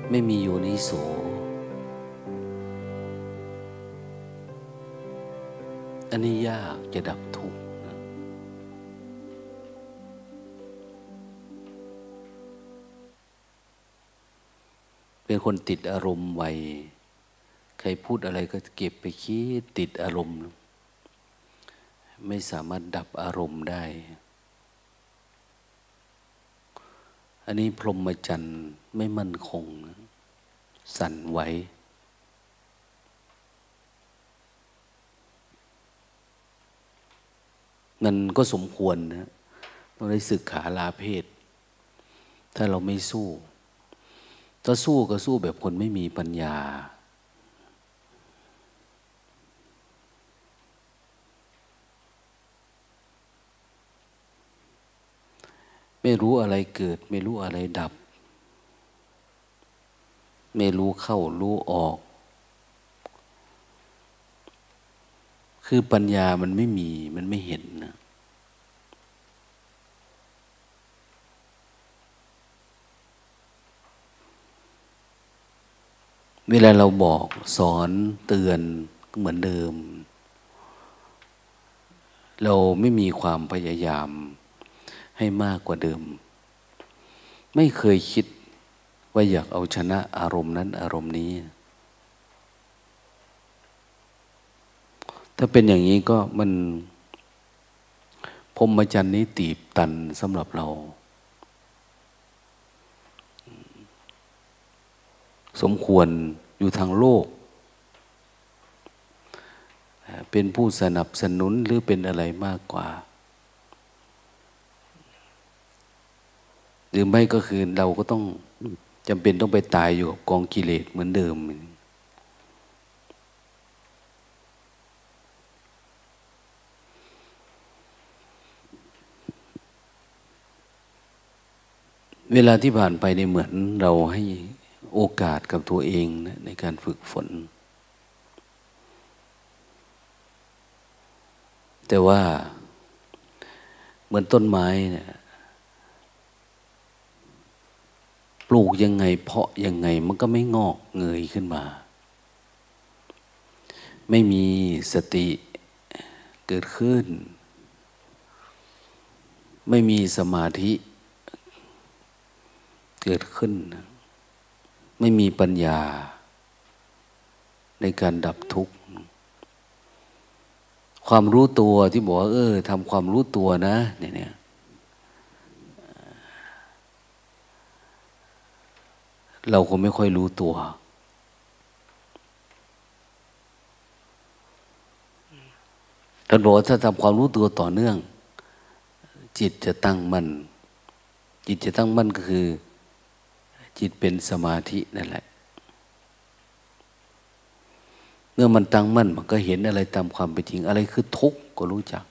ไม่มีโยนิโสอันนี้ยากจะดับทุกข์นะเป็นคนติดอารมณ์ไวใครพูดอะไรก็เก็บไปคิดติดอารมณ์ไม่สามารถดับอารมณ์ได้อันนี้พรหมจรรย์ไม่มั่นคงนะสั่นไหวมันก็สมควรนะต้องได้ศึกษาลาเพศถ้าเราไม่สู้ถ้าสู้ก็สู้แบบคนไม่มีปัญญาไม่รู้อะไรเกิดไม่รู้อะไรดับไม่รู้เข้ารู้ออกคือปัญญามันไม่มีมันไม่เห็นนะเวลาเราบอกสอนเตือนก็เหมือนเดิมเราไม่มีความพยายามให้มากกว่าเดิมไม่เคยคิดว่าอยากเอาชนะอารมณ์นั้นอารมณ์นี้ถ้าเป็นอย่างนี้ก็มันพรหมจรรย์นี้ตีบตันสำหรับเราสมควรอยู่ทางโลกเป็นผู้สนับสนุนหรือเป็นอะไรมากกว่าหรือไม่ก็คือเราก็ต้องจำเป็นต้องไปตายอยู่กับกองกิเลสเหมือนเดิมเวลาที่ผ่านไปในเหมือนเราให้โอกาสกับตัวเองนะในการฝึกฝนแต่ว่าเหมือนต้นไม้เนี่ยปลูกยังไงเพาะยังไงมันก็ไม่งอกเงยขึ้นมาไม่มีสติเกิดขึ้นไม่มีสมาธิเกิดขึ้นไม่มีปัญญาในการดับทุกข์ความรู้ตัวที่บอกว่าทำความรู้ตัวนะเนี่ยเราก็ไม่ค่อยรู้ตัวท่านบอกว่าถ้าทำความรู้ตัวต่อเนื่องจิตจะตั้งมั่นจิตจะตั้งมั่นก็คือจิตเป็นสมาธินั่นแหละเมื่อมันตั้งมั่นมันก็เห็นอะไรตามความเป็นจริงอะไรคือทุกข์ก็รู้จัก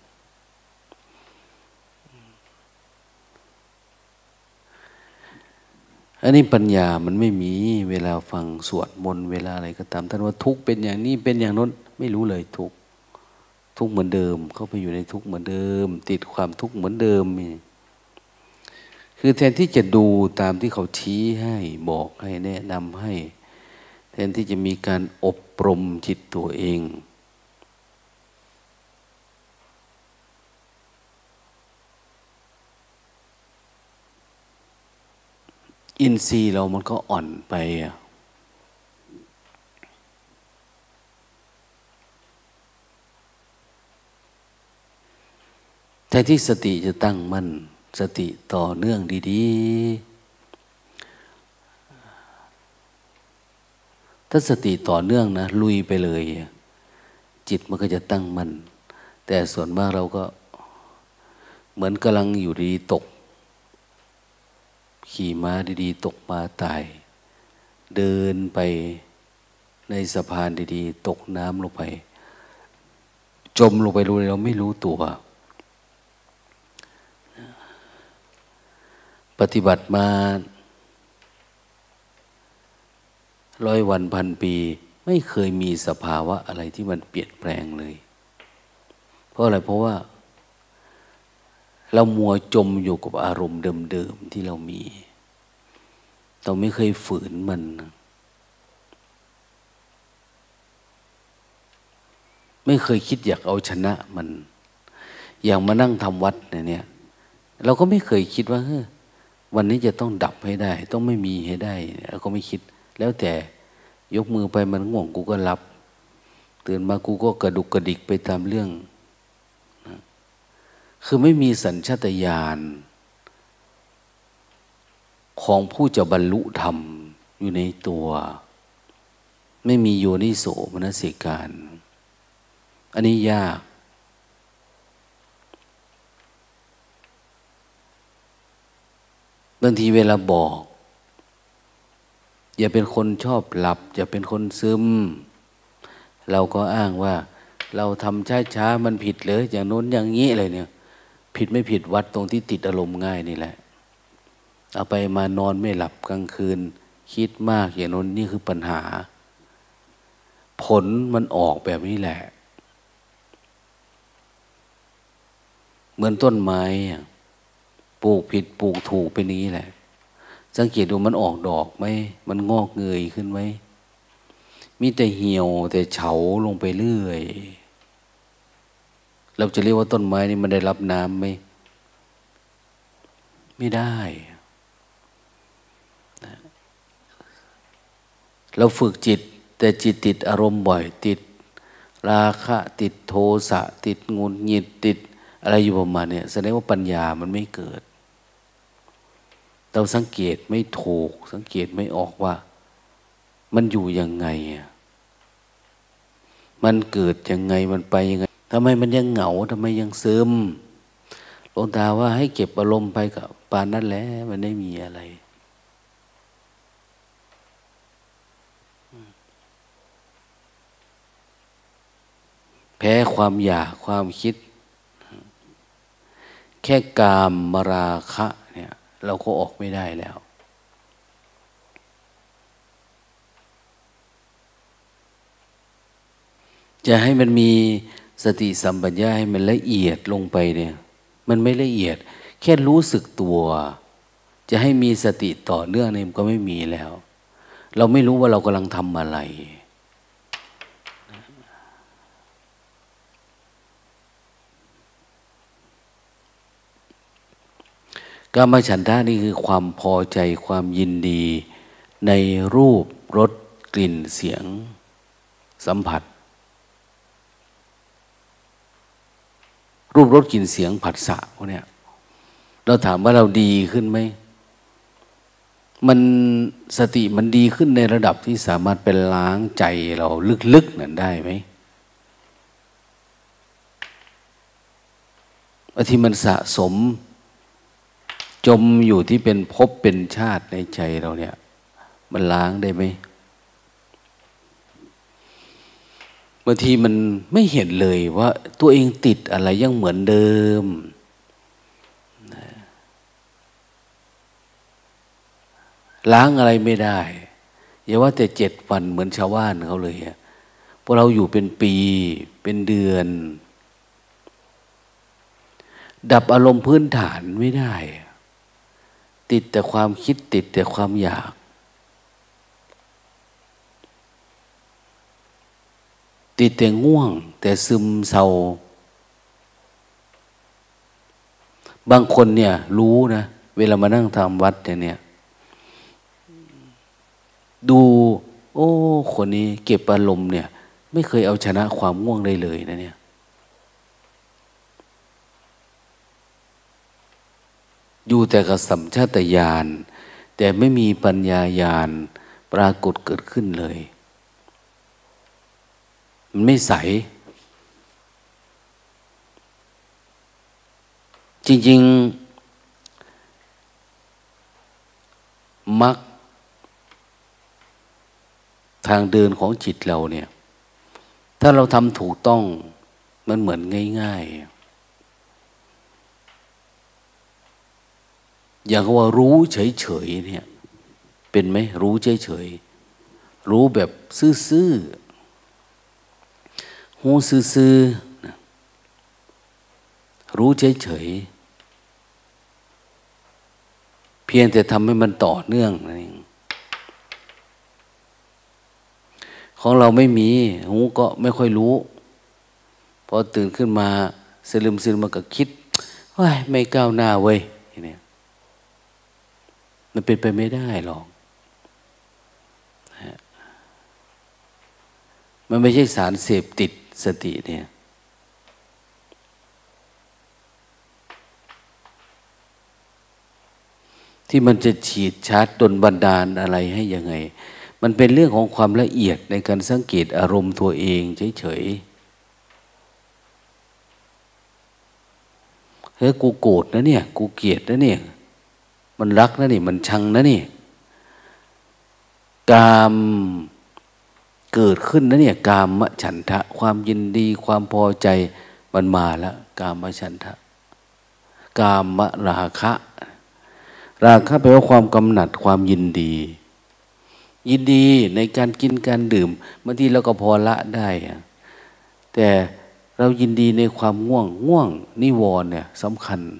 อันนี้ปัญญามันไม่มีเวลาฟังสวดมนต์เวลาอะไรก็ตามท่านว่าทุกข์เป็นอย่างนี้เป็นอย่างนั้นไม่รู้เลยทุกข์เหมือนเดิมเข้าไปอยู่ในทุกข์เหมือนเดิมติดความทุกข์เหมือนเดิมคือแทนที่จะดูตามที่เขาชี้ให้บอกให้แนะนำให้แทนที่จะมีการอบรมจิตตัวเองอินทรีย์เรามันก็อ่อนไปแทนที่สติจะตั้งมั่นสติต่อเนื่องดีๆถ้าสติต่อเนื่องนะลุยไปเลยจิตมันก็จะตั้งมั่นแต่ส่วนมากเราก็เหมือนกำลังอยู่ดีตกขี่ม้าดีๆตกม้าตายเดินไปในสะพานดีๆตกน้ำลงไปจมลงไปเลยเราไม่รู้ตัวปฏิบัติมา100 วันพันปีไม่เคยมีสภาวะอะไรที่มันเปลี่ยนแปลงเลยเพราะอะไรเพราะว่าเรามัวจมอยู่กับอารมณ์เดิมๆที่เรามีเราไม่เคยฝืนมันไม่เคยคิดอยากเอาชนะมันอย่างมานั่งทำวัดเนี่ยเราก็ไม่เคยคิดว่าวันนี้จะต้องดับให้ได้ต้องไม่มีให้ได้เราก็ไม่คิดแล้วแต่ยกมือไปมันง่วงกูก็รับตื่นมากูก็กระดุกกระดิกไปตามเรื่องนะคือไม่มีสัญชาตญาณของผู้จะบรรลุธรรมอยู่ในตัวไม่มีโยนิโสมนสิการอันนี้ยากบางทีเวลาบอกอย่าเป็นคนชอบหลับอย่าเป็นคนซึมเราก็อ้างว่าเราทำช้าๆมันผิดเลยอย่างโน้นอย่างนี้อะไรเนี่ยผิดไม่ผิดวัดตรงที่ติดอารมณ์ง่ายนี่แหละเอาไปมานอนไม่หลับกลางคืนคิดมากอย่างโน้นนี่คือปัญหาผลมันออกแบบนี้แหละเหมือนต้นไม้ปลูกผิดปลูกถูกเป็นอย่างนี้แหละสังเกตดูมันออกดอกไหมมันงอกเงยขึ้นไหมมีแต่เหี่ยวแต่เฉาลงไปเรื่อยเราจะเรียกว่าต้นไม้นี่มันได้รับน้ำไหมไม่ได้เราฝึกจิตแต่จิตติดอารมณ์บ่อยติดราคะติดโทสะติดงุนหงิดติดอะไรอยู่ประมาณเนี่ยแสดงว่าปัญญามันไม่เกิดเราสังเกตไม่ถูกสังเกตไม่ออกว่ามันอยู่ยังไงมันเกิดยังไงมันไปยังไงทำไมมันยังเหงาทำไมยังซึมหลวงตาว่าให้เก็บอารมณ์ไปกับปานนั้นแหละมันไม่มีอะไรแพ้ความอยากความคิดแค่กามมราคะเนี่ยเราก็ออกไม่ได้แล้วจะให้มันมีสติสัมปชัญญะให้มันละเอียดลงไปเนี่ยมันไม่ละเอียดแค่รู้สึกตัวจะให้มีสติต่อเนื่องเนี่ยมันก็ไม่มีแล้วเราไม่รู้ว่าเรากำลังทำอะไรกามฉันทะนี่คือความพอใจความยินดีในรูปรสกลิ่นเสียงสัมผัสรูปรสกลิ่นเสียงผัสสะพวกเนี้ยเราถามว่าเราดีขึ้นไหมมันสติมันดีขึ้นในระดับที่สามารถเป็นล้างใจเราลึกๆนั่นได้ไหมที่มันสะสมจมอยู่ที่เป็นภพเป็นชาติในใจเราเนี่ยมันล้างได้ไหมบางทีมันไม่เห็นเลยว่าตัวเองติดอะไรยังเหมือนเดิมล้างอะไรไม่ได้อย่าว่าแต่7 วันเหมือนชาวบ้านเขาเลยพวกเราอยู่เป็นปีเป็นเดือนดับอารมณ์พื้นฐานไม่ได้ติดแต่ความคิดติดแต่ความอยากติดแต่ง่วงแต่ซึมเศร้าบางคนเนี่ยรู้นะเวลามานั่งทำวัดเนี่ยดูโอ้คนนี้เก็บอารมณ์เนี่ยไม่เคยเอาชนะความง่วงได้เลยนะเนี่ยอยู่แต่กับสัมชาตญาณแต่ไม่มีปัญญาญาณปรากฏเกิดขึ้นเลยมันไม่ใสจริงๆมรรคทางเดินของจิตเราเนี่ยถ้าเราทำถูกต้องมันเหมือนง่ายๆอย่างว่ารู้เฉยๆเนี่ยเป็นไหมรู้เฉยๆรู้แบบซื่อๆหูซื่อๆรู้เฉยๆเพียงแต่ทำให้มันต่อเนื่องนั่นเองของเราไม่มีหูก็ไม่ค่อยรู้พอตื่นขึ้นมาสลืมซึมมาก็คิดว่าไม่ก้าวหน้าเว้ยเนี่ยมันเป็นไปไม่ได้หรอกมันไม่ใช่สารเสพติดสติเนี่ยที่มันจะฉีดชาร์จดลบันดาลอะไรให้ยังไงมันเป็นเรื่องของความละเอียดในการสังเกตอารมณ์ตัวเองเฉยๆเฮ้ยกูโกรธนะเนี่ยกูเกลียดนะเนี่ยมันรักนะนี่มันชังนะนี่กามเกิดขึ้นนะเนี่ยกามฉันทะความยินดีความพอใจมันมาแล้วกามฉันทะกามราคะราคะแปลว่าความกำหนัดความยินดียินดีในการกินการดื่มบางทีเราก็พอละได้แต่เรายินดีในความง่วงนิวรณ์เนี่ยสำคัญ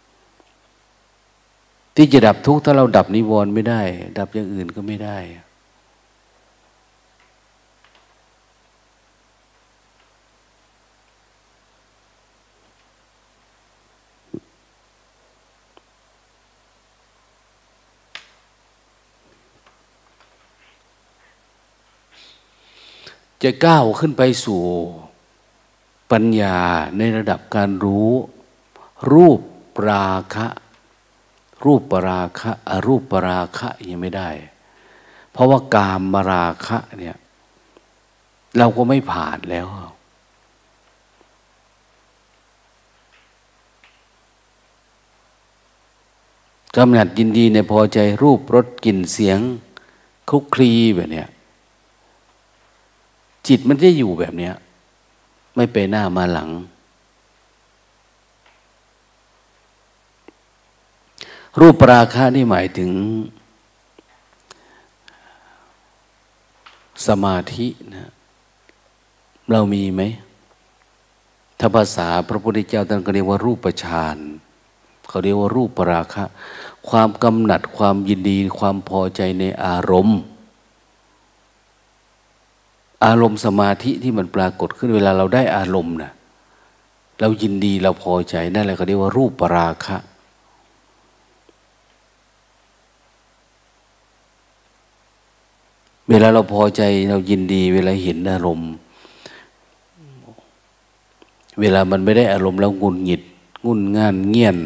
ที่จะดับทุกข์ถ้าเราดับนิวรณ์ไม่ได้ดับอย่างอื่นก็ไม่ได้จะก้าวขึ้นไปสู่ปัญญาในระดับการรู้รูปราคะรูปปราคะอรูปปราคะยังไม่ได้เพราะว่ากามมาราคะเนี่ยเราก็ไม่ผ่านแล้วกำหนัดยินดีในพอใจรูปรสกลิ่นเสียงคลุกคลีแบบเนี้ยจิตมันจะอยู่แบบเนี้ยไม่ไปหน้ามาหลังรูปราคะนี่หมายถึงสมาธินะเรามีไหมถ้าภาษาพระพุทธเจ้าท่านก็เรียกว่ารูปฌานเขาเรียกว่ารูปราคะความกำหนัดความยินดีความพอใจในอารมณ์สมาธิที่มันปรากฏขึ้นเวลาเราได้อารมณ์นะเรายินดีเราพอใจนั่นแหละเขาเรียกว่ารูปราคะเวลาเราพอใจเรายินดีเวลาเห็นอารมณ์เวลามันไม่ได้อารมณ์แล้วหงุดหงิดงุ่นง่านเงี่ยน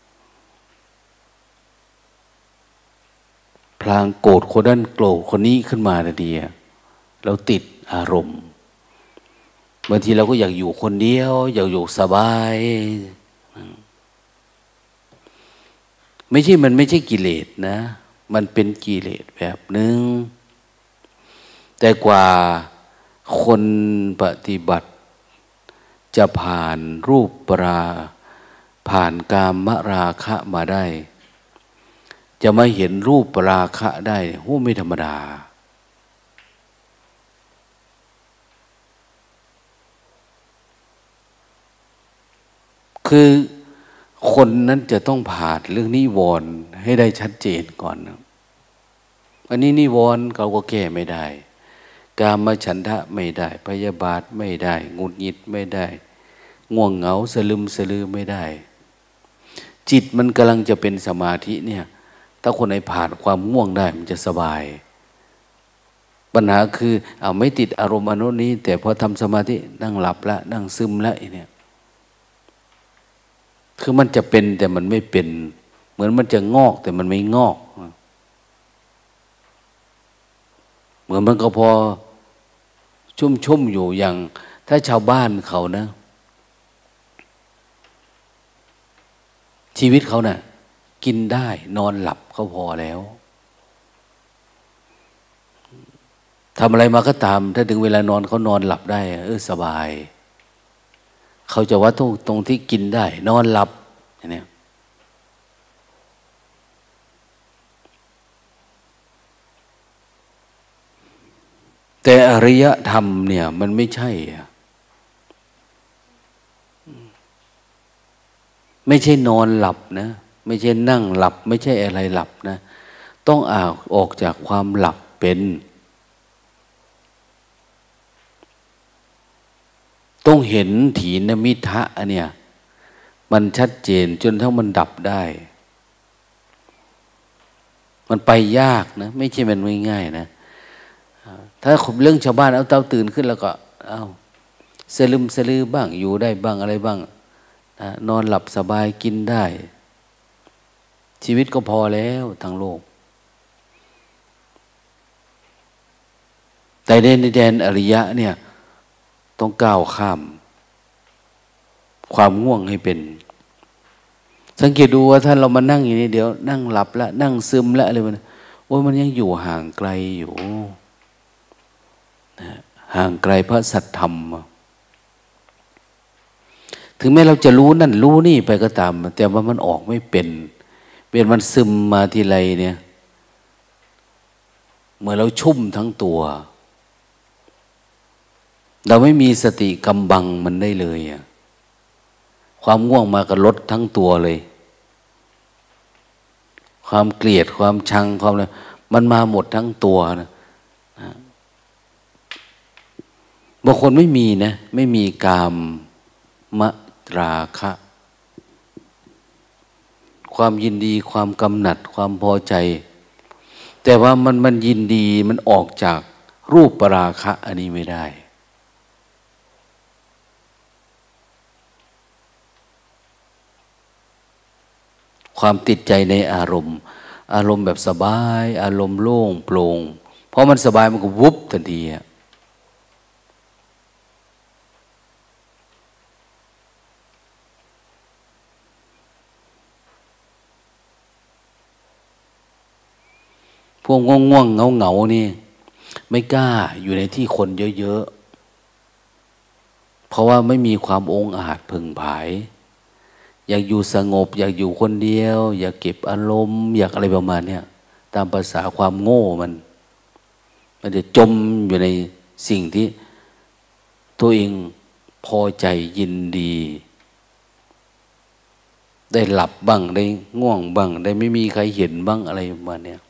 พลางโกรธคนนั้นโกรธคนนี้ขึ้นมาทันทีเราติดอารมณ์บางทีเราก็อยากอยู่คนเดียวอยากอยู่สบายมันไม่ใช่กิเลสนะมันเป็นกิเลสแบบหนึ่งแต่กว่าคนปฏิบัติจะผ่านรูปผ่านกามราคะมาได้จะมาเห็นรูปราคะได้โหไม่ธรรมดาคือคนนั้นจะต้องผ่านเรื่องนิวรณ์ให้ได้ชัดเจนก่อนนะอันนี้นิวรณ์เราก็แก้ไม่ได้กามฉันทะไม่ได้พยาบาทไม่ได้หงุดหงิดไม่ได้ง่วงเหงาสลึมสลือไม่ได้จิตมันกำลังจะเป็นสมาธิเนี่ยถ้าคนไหนผ่านความง่วงได้มันจะสบายปัญหาคือไม่ติดอารมณ์อนุนี้แต่พอทำสมาธินั่งหลับละนั่งซึมละเนี่ยคือมันจะเป็นแต่มันไม่เป็นเหมือนมันจะงอกแต่มันไม่งอกเหมือนมันก็พอชุ่มอยู่อย่างถ้าชาวบ้านเขานะชีวิตเขาน่ะกินได้นอนหลับเขาพอแล้วทำอะไรมาก็ตามถ้าถึงเวลานอนเขานอนหลับได้สบายเขาจะวัดตรงที่กินได้นอนหลับอย่างนี้แต่อริยธรรมเนี่ยมันไม่ใช่นอนหลับนะไม่ใช่นั่งหลับไม่ใช่อะไรหลับนะต้องออกจากความหลับเป็นต้องเห็นถีนมิทะอันเนี้ยมันชัดเจนจนทั้งมันดับได้มันไปยากนะไม่ใช่มันไม่ง่ายนะถ้าเรื่องชาวบ้านเอาเตาตื่นขึ้นแล้วก็เอาสลึมสลือบ้างอยู่ได้บ้างอะไรบ้างนะนอนหลับสบายกินได้ชีวิตก็พอแล้วทางโลกแต่ในแดนอริยะเนี่ยต้องก้าวข้ามความง่วงให้เป็นสังเกตดูว่าถ้าเรามานั่งอย่างนี้เดี๋ยวนั่งหลับละนั่งซึมละอะไรมันโอ้ยมันยังอยู่ห่างไกลอยู่นะห่างไกลพระสัทธรรมถึงแม้เราจะรู้นั่นรู้นี่ไปก็ตามแต่ว่ามันออกไม่เป็นมันซึมมาทีไรเนี่ยเมื่อเราชุ่มทั้งตัวเราไม่มีสติกำบังมันได้เลยความง่วงมากับลดทั้งตัวเลยความเกลียดความชังความอะไรมันมาหมดทั้งตัวนะบางคนไม่มีนะไม่มีกามมราคะ ความยินดีความกำหนัดความพอใจแต่ว่ามันยินดีมันออกจากรูปปราคะอันนี้ไม่ได้ความติดใจในอารมณ์แบบสบายอารมณ์โล่งโปร่งเพราะมันสบายมันก็วุบทันทีพวกง่วงเหงานี่ไม่กล้าอยู่ในที่คนเยอะๆเพราะว่าไม่มีความองอาจพึงผายอยากอยู่สงบอยากอยู่คนเดียวอยากเก็บอารมณ์อยากอะไรประมาณเนี้ยตามภาษาความโง่มันจะจมอยู่ในสิ่งที่ตัวเองพอใจยินดีได้หลับบ้างได้ง่วงบ้างได้ไม่มีใครเห็นบ้างอะไรประมาณเนี้ย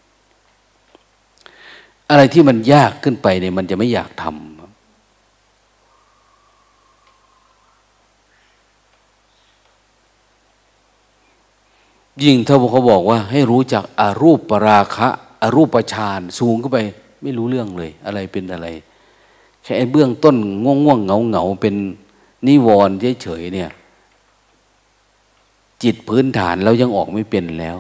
อะไรที่มันยากขึ้นไปเนี่ยมันจะไม่อยากทำยิ่งถ้าเขาบอกว่าให้รู้จักอรูปปราคะอรูปฌานสูงขึ้นไปไม่รู้เรื่องเลยอะไรเป็นอะไรแค่เบื้องต้นง่วงเหงาเป็นนิวรณ์เฉยๆเนี่ยจิตพื้นฐานเรายังออกไม่เป็นแล้ว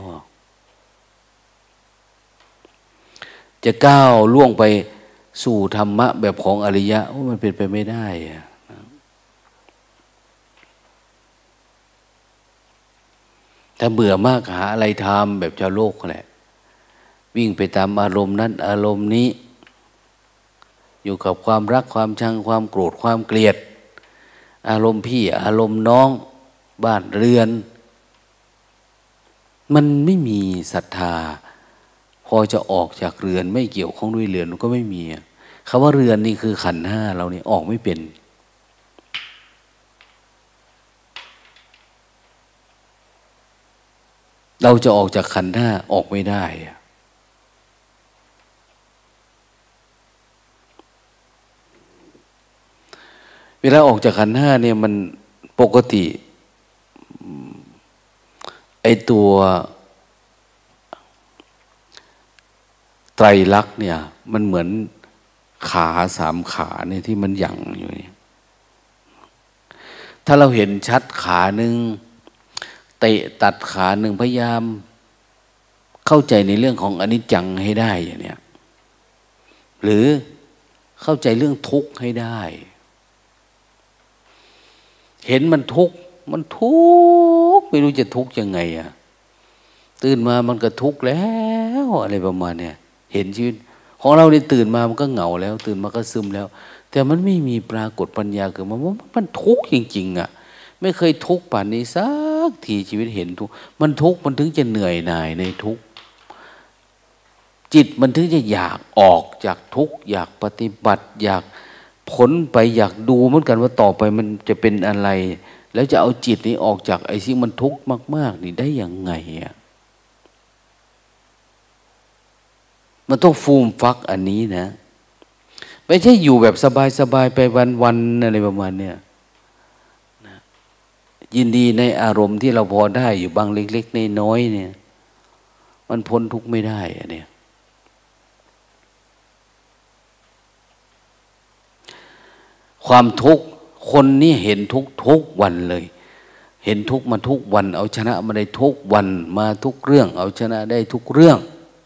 จะก้าวล่วงไปสู่ธรรมะแบบของอริยะมันเป็นไปไม่ได้ถ้าเบื่อมากหาอะไรทำแบบชาวโลกแหละวิ่งไปตามอารมณ์นั้นอารมณ์นี้อยู่กับความรักความชังความโกรธความเกลียดอารมณ์พี่อารมณ์น้องบ้านเรือนมันไม่มีศรัทธาพอจะออกจากเรือนไม่เกี่ยวข้องด้วยเรือนก็ไม่มีคำว่าเรือนนี่คือขันธ์ห้าเราเนี่ยออกไม่เป็นเราจะออกจากขันธ์ห้าออกไม่ได้เวลาออกจากขันธ์ห้าเนี่ยมันปกติไอตัวไตรลักษณ์เนี่ยมันเหมือนขาสามขาเนี่ยที่มันหยั่งอยู่เนี่ยถ้าเราเห็นชัดขาหนึ่งเตะตัดขาหนึ่งพยายามเข้าใจในเรื่องของอนิจจังให้ได้อย่างเนี้ยหรือเข้าใจเรื่องทุกข์ให้ได้เห็นมันทุกข์ไม่รู้จะทุกข์ยังไงตื่นมามันก็ทุกข์แล้วอะไรประมาณเนี้ยเห็นชีวิตของเราเนี่ยตื่นมามันก็เหงาแล้วตื่นมาก็ซึมแล้วแต่มันไม่มีปรากฏปัญญาเกิดมาว่ามันทุกข์จริงๆไม่เคยทุกข์ป่านนี้สักทีชีวิตเห็นทุกข์มันทุกข์มันถึงจะเหนื่อยหน่ายในทุกข์จิตมันถึงจะอยากออกจากทุกข์อยากปฏิบัติอยากผลไปอยากดูเหมือนกันว่าต่อไปมันจะเป็นอะไรแล้วจะเอาจิตนี้ออกจากไอ้สิ่งมันทุกข์มากๆนี่ได้ยังไงมันต้องฟูมฟักอันนี้นะไม่ใช่อยู่แบบสบายๆไปวันๆอะไรประมาณเนี้ยยินดีในอารมณ์ที่เราพอได้อยู่บางเล็กๆน้อยๆเนี่ยมันพ้นทุกข์ไม่ได้อะเนี่ยความทุกข์คนนี่เห็นทุกทุกวันเลยเห็นทุกมาทุกวันเอาชนะมาได้ทุกวันมาทุกเรื่องเอาชนะได้ทุกเรื่อง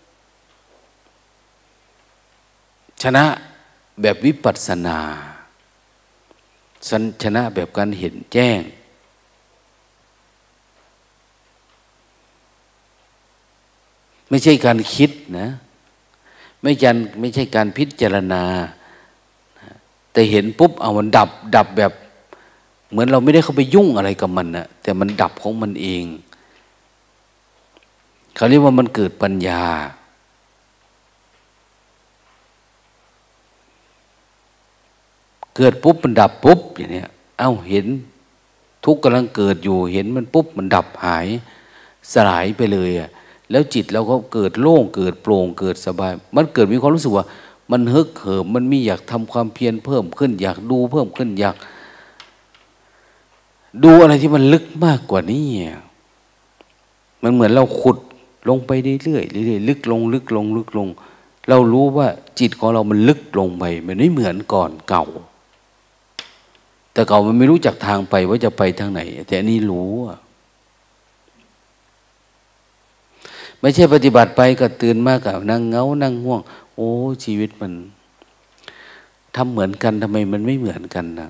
ชนะแบบวิปัสสนาชนะแบบการเห็นแจ้งไม่ใช่การคิดนะไม่ใช่การพิจารณาแต่เห็นปุ๊บเอามันดับแบบเหมือนเราไม่ได้เข้าไปยุ่งอะไรกับมันนะแต่มันดับของมันเองเขาเรียกว่ามันเกิดปัญญาเกิดปุ๊บมันดับปุ๊บอย่างนี้เอ้าเห็นทุกข์กำลังเกิดอยู่เห็นมันปุ๊บมันดับหายสลายไปเลยอ่ะแล้วจิตเราก็เกิดโล่งเกิดโปร่งเกิดสบายมันเกิดมีความรู้สึกว่ามันฮึกเหิมมันมีอยากทำความเพียรเพิ่มขึ้นอยากดูเพิ่มขึ้นอยากดูอะไรที่มันลึกมากกว่านี้มันเหมือนเราขุดลงไปเรื่อยๆลึกลงลึกลงลึกลงเรารู้ว่าจิตของเรามันลึกลงไปมันไม่เหมือนก่อนเก่าแต่เก่ามันไม่รู้จักทางไปว่าจะไปทางไหนแต่อันนี้รู้ไม่ใช่ปฏิบัติไปก็ตื่นมากกับนั่งเงานั่งง่วงโอ้ชีวิตมันทำเหมือนกันทำไมมันไม่เหมือนกันนะ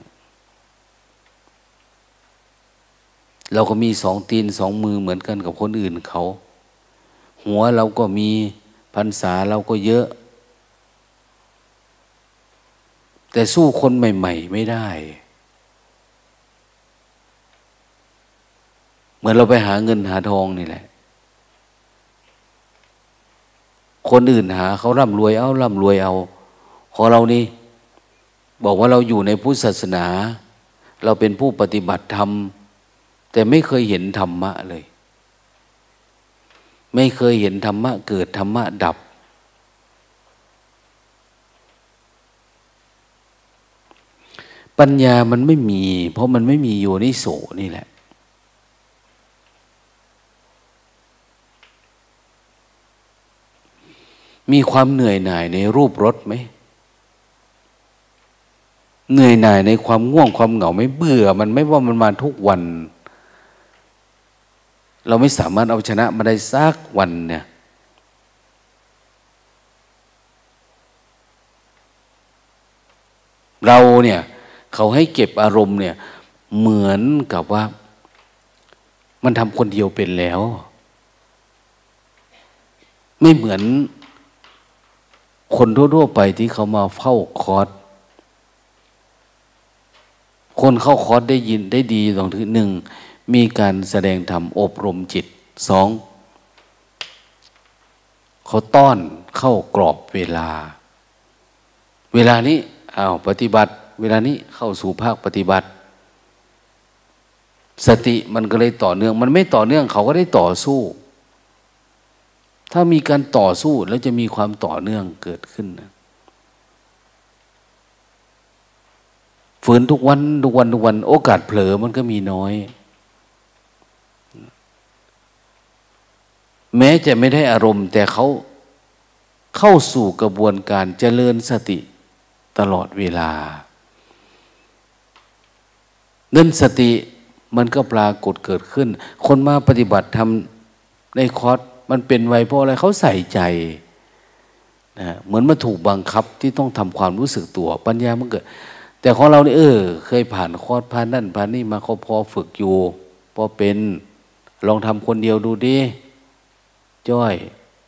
เราก็มี2 ตีน 2 มือเหมือนกันกับคนอื่นเขาหัวเราก็มีพรรษาเราก็เยอะแต่สู้คนใหม่ๆไม่ได้เหมือนเราไปหาเงินหาทองนี่แหละคนอื่นหาเขาร่ำรวยเอาร่ำรวยเอาของเรานี่บอกว่าเราอยู่ในพุทธศาสนาเราเป็นผู้ปฏิบัติธรรมแต่ไม่เคยเห็นธรรมะเลยไม่เคยเห็นธรรมะเกิดธรรมะดับปัญญามันไม่มีเพราะมันไม่มีโยนิโสนี่แหละมีความเหนื่อยหน่ายในรูปรสไหมเหนื่อยหน่ายในความง่วงความเหงาไม่เบื่อมันไม่ว่ามันมาทุกวันเราไม่สามารถเอาชนะมาได้สักวันเนี่ยเราเนี่ยเขาให้เก็บอารมณ์เนี่ยเหมือนกับว่ามันทำคนเดียวเป็นแล้วไม่เหมือนคนทั่วๆไปที่เขามาเฝ้าคอร์สคนเข้าคอร์สได้ยินได้ดีตรงที่หนึ่งมีการแสดงธรรมอบรมจิต2เขาต้อนเข้ากรอบเวลานี้ปฏิบัติเวลานี้เข้าสู่ภาคปฏิบัติสติมันก็เลยต่อเนื่องมันไม่ต่อเนื่องเขาก็ได้ต่อสู้ถ้ามีการต่อสู้แล้วจะมีความต่อเนื่องเกิดขึ้นนะฝืนทุกวันโอกาสเผลอมันก็มีน้อยแม้จะไม่ได้อารมณ์แต่เขาเข้าสู่กระบวนการเจริญสติตลอดเวลานั่นสติมันก็ปรากฏเกิดขึ้นคนมาปฏิบัติทำในคอร์สมันเป็นไวเพราะอะไรเขาใส่ใจนะเหมือนมาถูกบังคับที่ต้องทำความรู้สึกตัวปัญญามันเกิดแต่ของเราเนี่ยเคยผ่านคอร์สผ่านนั่นผ่านนี่มาเขาพอฝึกอยู่พอเป็นลองทำคนเดียวดูดิจ้อย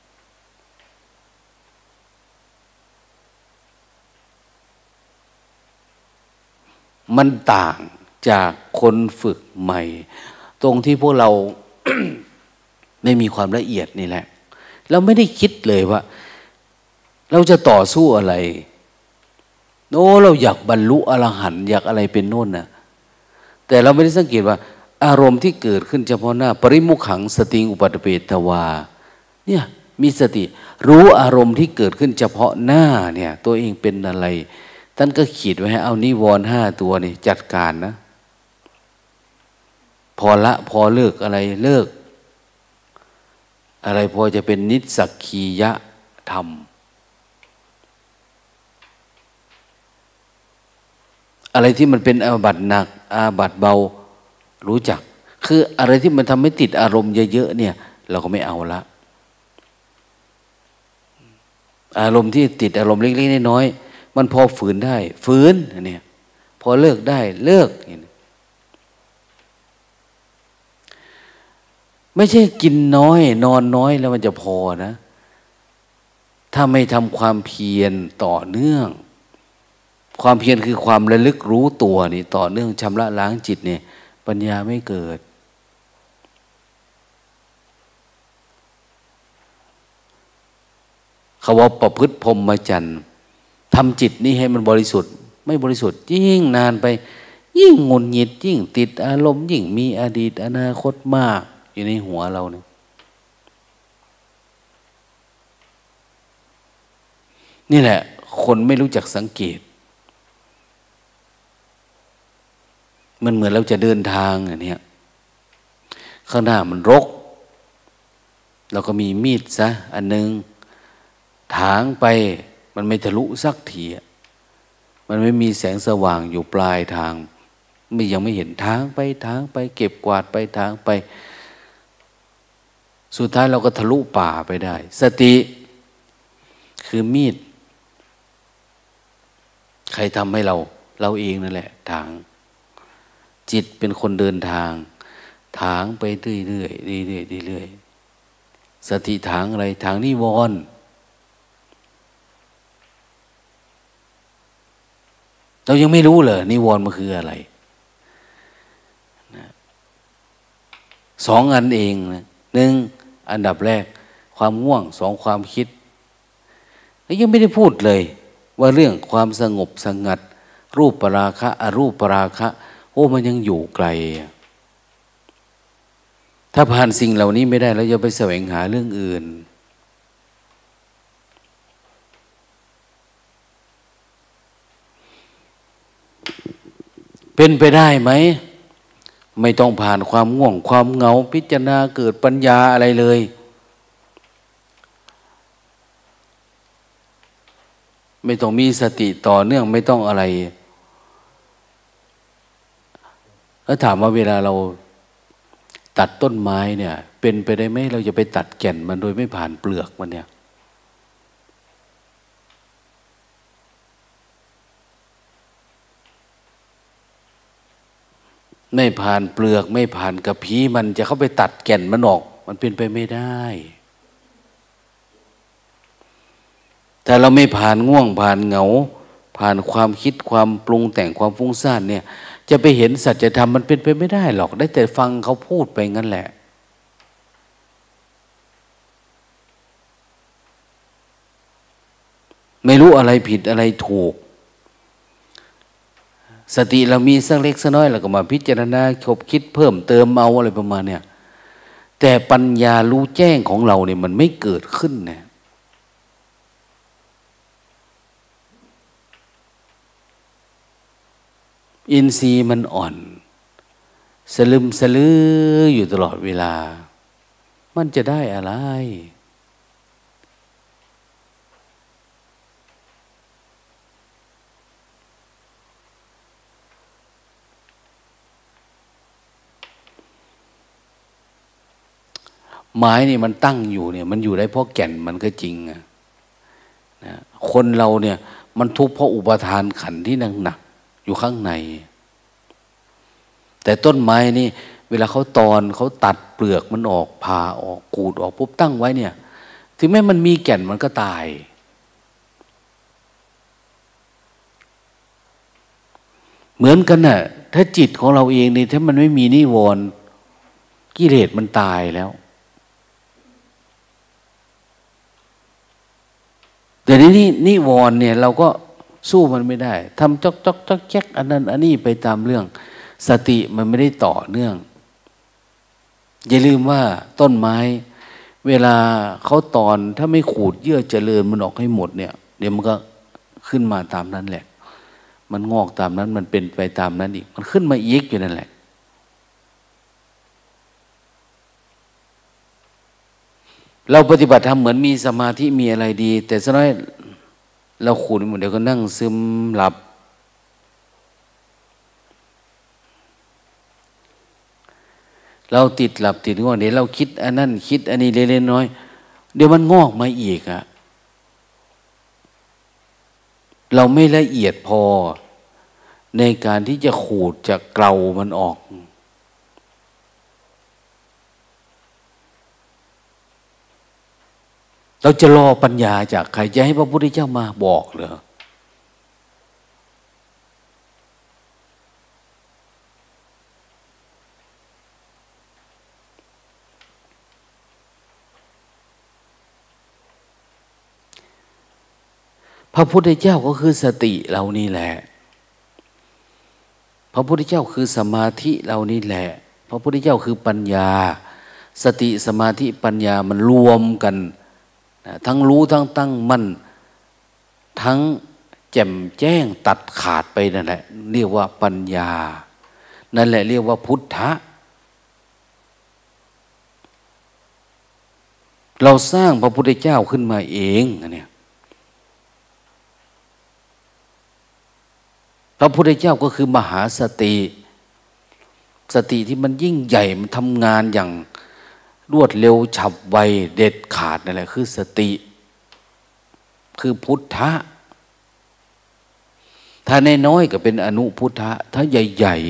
มันต่างจากคนฝึกใหม่ตรงที่พวกเรา ไม่มีความละเอียดนี่แหละเราไม่ได้คิดเลยว่าเราจะต่อสู้อะไรเราอยากบรรลุอรหันต์อยากอะไรเป็นโน่นนะแต่เราไม่ได้สังเกตว่าอารมณ์ที่เกิดขึ้นเฉพาะหน้าปริมุขขังสติอุปัฏฐเปตวาเนี่ยมีสติรู้อารมณ์ที่เกิดขึ้นเฉพาะหน้าเนี่ยตัวเองเป็นอะไรท่านก็ขีดไว้ให้เอานิวรณ์5 ตัวนี่จัดการนะพอละพอเลิกอะไรเลิกอะไรพอจะเป็นนิสสักคียะธรรมอะไรที่มันเป็นอาบัติหนักอาบัติเบารู้จักคืออะไรที่มันทำให้ติดอารมณ์เยอะๆเนี่ยเราก็ไม่เอาละอารมณ์ที่ติดอารมณ์เล็กๆน้อยๆมันพอฝืนได้ฝืนเนี่ยพอเลิกได้เลิกไม่ใช่กินน้อยนอนน้อยแล้วมันจะพอนะถ้าไม่ทำความเพียรต่อเนื่องความเพียรคือความระลึกรู้ตัวนี่ต่อเนื่องชำระล้างจิตเนี่ยปัญญาไม่เกิดเขาว่าประพฤติพรหมจรรย์ทำจิตนี้ให้มันบริสุทธิ์ไม่บริสุทธิ์ยิ่งนานไปยิ่งหงุดหงิดยิ่งติดอารมณ์ยิ่งมีอดีตอนาคตมากอยู่ในหัวเราเนี่ยนี่แหละคนไม่รู้จักสังเกตมันเหมือนเราจะเดินทางอย่างนี้ข้างหน้ามันรกเราก็มีมีดซะอันนึงถางไปมันไม่ทะลุสักทีมันไม่มีแสงสว่างอยู่ปลายทางไม่ยังไม่เห็นทางไปเก็บกวาดไปทางไปสุดท้ายเราก็ทะลุป่าไปได้สติคือมีดใครทำให้เราเองนั่นแหละทางจิตเป็นคนเดินทางถางไปเรื่อยสติถางอะไรถางนิวรณ์เรายังไม่รู้เลยนิวรณ์มันคืออะไรนะสองอันเองนะหนึ่งอันดับแรกความง่วงสองความคิดแล้วยังไม่ได้พูดเลยว่าเรื่องความสงบสงัดรูปปราคะอรูปปราคะโอ้มันยังอยู่ไกลถ้าผ่านสิ่งเหล่านี้ไม่ได้เราจะไปแสวงหาเรื่องอื่นเป็นไปได้ไหมไม่ต้องผ่านความง่วงความเหงาพิจารณาเกิดปัญญาอะไรเลยไม่ต้องมีสติต่อเนื่องไม่ต้องอะไรแล้วถามว่าเวลาเราตัดต้นไม้เนี่ยเป็นไปได้ไหมเราจะไปตัดแก่นมันโดยไม่ผ่านเปลือกมันเนี่ยไม่ผ่านเปลือกไม่ผ่านกระพี้มันจะเข้าไปตัดแก่นมันออกมันเป็นไปไม่ได้แต่เราไม่ผ่านง่วงผ่านเหงาผ่านความคิดความปรุงแต่งความฟุ้งซ่านเนี่ยจะไปเห็นสัจธรรมมันเป็นไปไม่ได้หรอกได้แต่ฟังเขาพูดไปงั้นแหละไม่รู้อะไรผิดอะไรถูกสติเรามีสักเล็กสักน้อยเราก็มาพิจารณาคบคิดเพิ่มเติมเอาอะไรประมาณเนี่ยแต่ปัญญารู้แจ้งของเราเนี่ยมันไม่เกิดขึ้นนะอินทรีย์มันอ่อนสลึมสลืออยู่ตลอดเวลามันจะได้อะไรไม้นี่มันตั้งอยู่เนี่ยมันอยู่ได้เพราะแก่นมันก็จริงนะคนเราเนี่ยมันทุกข์เพราะอุปทานขันธ์ที่หนักๆอยู่ข้างในแต่ต้นไม้นี่เวลาเขาตอนเขาตัดเปลือกมันออกผ่าออกขูดออกปุ๊บตั้งไว้เนี่ยถึงแม้มันมีแก่นมันก็ตายเหมือนกันน่ะถ้าจิตของเราเองนี่ถ้ามันไม่มีนิวรณ์กิเลสมันตายแล้วแต่นี่นิวรณ์เนี่ยเราก็สู้มันไม่ได้ทำจ๊อกแจ๊กอันนั้นอันนี้ไปตามเรื่องสติมันไม่ได้ต่อเนื่องอย่าลืมว่าต้นไม้เวลาเขาตอนถ้าไม่ขูดเยื่อเจริญมันออกให้หมดเนี่ยเดี๋ยวมันก็ขึ้นมาตามนั้นแหละมันงอกตามนั้นมันเป็นไปตามนั้นอีกมันขึ้นมาอีกอยู่นั่นแหละเราปฏิบัติทำเหมือนมีสมาธิมีอะไรดี แต่สักน้อยเราขุนหมดเดี๋ยวก็นั่งซึมหลับเราติดหลับติดง่วงเดี๋ยวเราคิดอันนั้นคิดอันนี้เล็กๆน้อยเดี๋ยวมันงอกมาอีกอะเราไม่ละเอียดพอในการที่จะขูดจะเกลามันออกเราจะรอปัญญาจากใครจะให้พระพุทธเจ้ามาบอกเหรอพระพุทธเจ้าก็คือสติเรานี่แหละพระพุทธเจ้าคือสมาธิเรานี่แหละพระพุทธเจ้าคือปัญญาสติสมาธิปัญญามันรวมกันทั้งรู้ทั้งตั้งมั่นทั้งแจ่มแจ้งตัดขาดไปนั่นแหละเรียกว่าปัญญานั่นแหละเรียกว่าพุทธะเราสร้างพระพุทธเจ้าขึ้นมาเองเนี่ยพระพุทธเจ้าก็คือมหาสติสติที่มันยิ่งใหญ่มันทำงานอย่างรวดเร็วฉับไวเด็ดขาดนั่นแหละคือสติคือพุทธะถ้าน้อยๆก็เป็นอนุพุทธะถ้าใหญ่